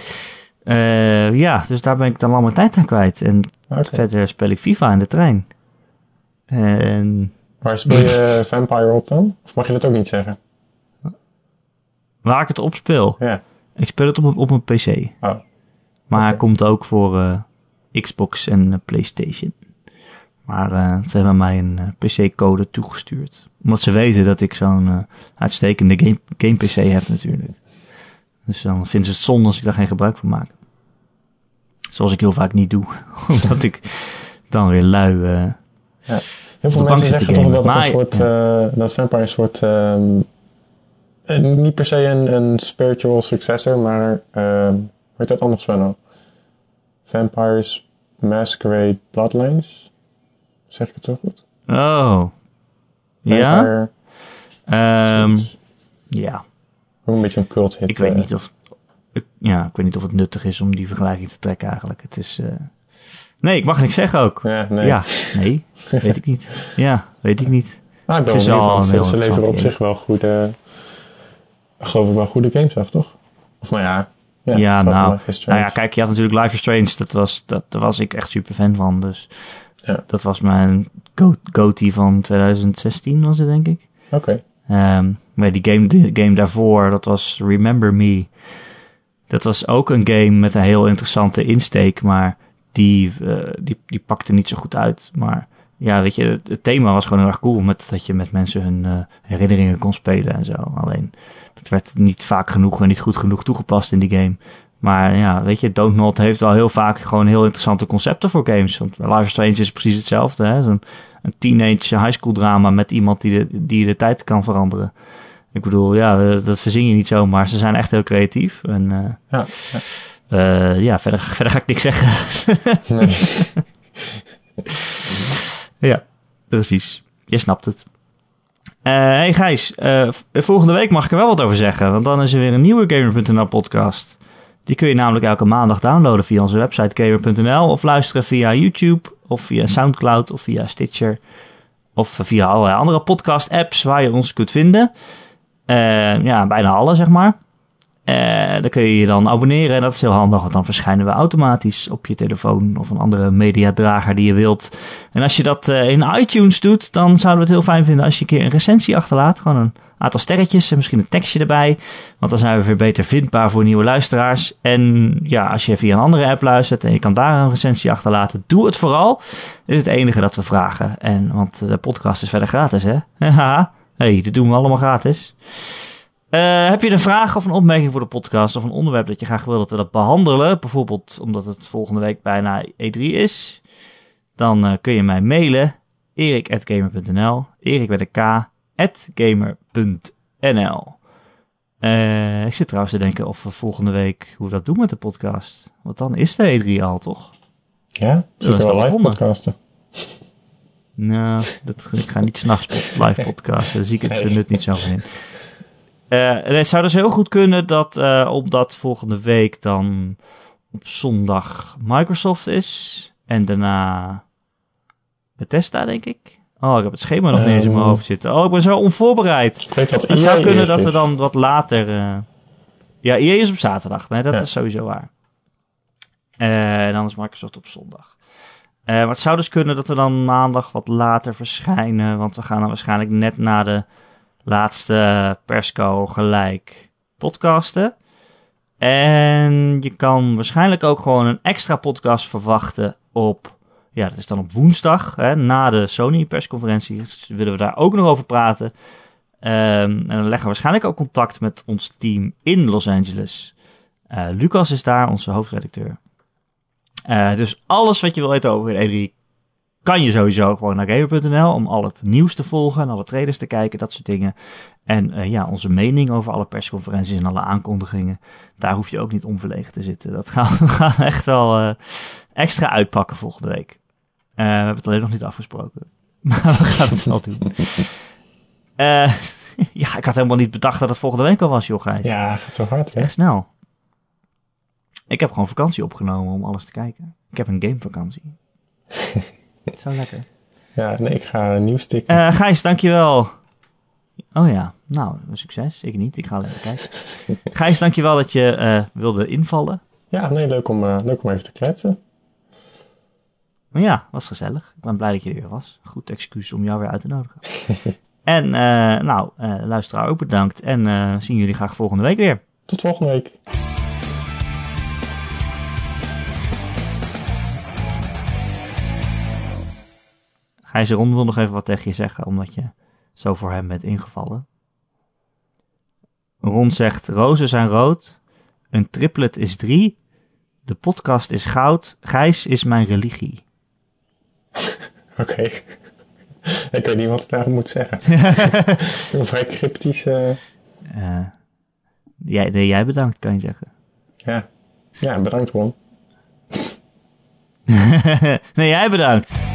Uh, ja, dus daar ben ik dan al mijn tijd aan kwijt. En okay. verder speel ik FIFA in de trein. En... Waar speel je Vampire op dan? Of mag je dat ook niet zeggen? Waar ik het op speel? Ja. Ik speel het op, op een P C. Oh. Maar okay. hij komt ook voor uh, Xbox en uh, PlayStation. Maar uh, ze hebben mij een uh, P C-code toegestuurd. Omdat ze weten dat ik zo'n uh, uitstekende game, game-P C heb natuurlijk. Dus dan vinden ze het zonde als ik daar geen gebruik van maak. Zoals ik heel vaak niet doe. Omdat ik dan weer lui... Uh, ja. Heel veel mensen zeggen toch dat het maar, een soort... Ja. Uh, dat Vampire een soort... Um, uh, niet per se een, een spiritual successor, maar... Uh, hoe heet dat anders wel nou? Vampires Masquerade Bloodlines... Zeg ik het zo goed? Oh. Ja? Um, ja. Ook een beetje een cult hit. Ik weet uh, niet of... Ik, ja, ik weet niet of het nuttig is om die vergelijking te trekken eigenlijk. Het is... Uh... Nee, ik mag niks zeggen ook. Ja, nee. Ja, nee. Weet ik niet. Ja, weet ik niet. Nou, ik ben wel benieuwd, want ze, ze leveren op zich wel goede... Geloof ik wel goede games af, toch? Of nou ja... Ja, ja nou, nou ja, kijk, je had natuurlijk Life is Strange. Dat was, dat, daar was ik echt super fan van, dus... Ja. Dat was mijn go- go-tee van twintig zestien was het, denk ik. Oké. Okay. Um, maar die game, de game daarvoor, dat was Remember Me. Dat was ook een game met een heel interessante insteek, maar die, uh, die, die pakte niet zo goed uit. Maar ja, weet je, het, het thema was gewoon heel erg cool, met, dat je met mensen hun uh, herinneringen kon spelen en zo. Alleen, dat werd niet vaak genoeg en niet goed genoeg toegepast in die game. Maar ja, weet je, Dontnod heeft wel heel vaak gewoon heel interessante concepten voor games. Want Life is Strange is precies hetzelfde. Hè? Zo'n een teenage high school drama met iemand die de, die de tijd kan veranderen. Ik bedoel, ja, dat verzin je niet zomaar. Ze zijn echt heel creatief. En uh, ja, ja. Uh, ja verder, verder ga ik niks zeggen. Nee. Ja, precies. Je snapt het. Uh, hey Gijs, uh, volgende week mag ik er wel wat over zeggen. Want dan is er weer een nieuwe Gamer punt n l podcast. Die kun je namelijk elke maandag downloaden via onze website gamer punt n l of luisteren via YouTube of via Soundcloud of via Stitcher of via allerlei andere podcast apps waar je ons kunt vinden. Uh, ja, bijna alle zeg maar. Uh, dan kun je je dan abonneren en dat is heel handig, want dan verschijnen we automatisch op je telefoon of een andere mediadrager die je wilt. En als je dat uh, in iTunes doet, dan zouden we het heel fijn vinden als je een keer een recensie achterlaat. Gewoon een aantal sterretjes en misschien een tekstje erbij, want dan zijn we weer beter vindbaar voor nieuwe luisteraars. En ja, als je via een andere app luistert en je kan daar een recensie achterlaten, doe het vooral. Dit is het enige dat we vragen. En, want de podcast is verder gratis, hè? Haha, hey, dat doen we allemaal gratis. Uh, heb je een vraag of een opmerking voor de podcast of een onderwerp dat je graag wil dat we dat behandelen, bijvoorbeeld omdat het volgende week bijna E drie is, dan uh, kun je mij mailen, erik at gamer punt n l, erik met een k, at gamer punt n l. Uh, ik zit trouwens te denken of we volgende week, hoe we dat doen met de podcast, want dan is de E drie al, toch? Ja, zit er wel live podcasten. Nou, dat, ik ga niet 's nachts live podcasten, daar zie ik het nut niet zo van in. Uh, het zou dus heel goed kunnen dat, uh, omdat volgende week dan op zondag Microsoft is en daarna Bethesda, denk ik. Oh, ik heb het schema nog um, niet eens in mijn hoofd zitten. Oh, ik ben zo onvoorbereid. Ik weet dat het zou kunnen dat we dan wat later... Uh... Ja, I A is op zaterdag. Nee, dat ja. is sowieso waar. Uh, en dan is Microsoft op zondag. Uh, maar het zou dus kunnen dat we dan maandag wat later verschijnen, want we gaan dan waarschijnlijk net na de laatste persco gelijk podcasten. En je kan waarschijnlijk ook gewoon een extra podcast verwachten op... Ja, dat is dan op woensdag, hè, na de Sony persconferentie. Dus willen we daar ook nog over praten. Um, en dan leggen we waarschijnlijk ook contact met ons team in Los Angeles. Uh, Lucas is daar, onze hoofdredacteur. Uh, dus alles wat je wil weten over E drie kan je sowieso gewoon naar gamer punt n l om al het nieuws te volgen en alle trailers te kijken, dat soort dingen. En uh, ja, onze mening over alle persconferenties en alle aankondigingen, daar hoef je ook niet onverlegen te zitten. Dat gaan we gaan echt wel uh, extra uitpakken volgende week. Uh, we hebben het alleen nog niet afgesproken, maar we gaan het wel doen. Uh, ja, ik had helemaal niet bedacht dat het volgende week al was, joh, Gijs. Ja, gaat zo hard, hè? Echt snel. Ik heb gewoon vakantie opgenomen om alles te kijken. Ik heb een gamevakantie. Zo lekker. Ja, nee, ik ga nieuws tikken. Uh, Gijs, dankjewel. Oh ja, nou, succes. Ik niet, ik ga even kijken. Gijs, dankjewel dat je uh, wilde invallen. Ja, nee, leuk om, uh, leuk om even te kletsen. Ja, was gezellig. Ik ben blij dat je er weer was. Goed excuus om jou weer uit te nodigen. En uh, nou, uh, luisteraar ook bedankt. En uh, zien jullie graag volgende week weer. Tot volgende week. Gijs Ron wil nog even wat tegen je zeggen, omdat je zo voor hem bent ingevallen. Ron zegt, rozen zijn rood, een triplet is drie, de podcast is goud, Gijs is mijn religie. Oké. Okay. Ik weet niet wat ik daarop moet zeggen. Een vrij cryptische... Uh, jij, nee, jij bedankt, kan je zeggen. Ja, ja bedankt Ron. Nee, jij bedankt.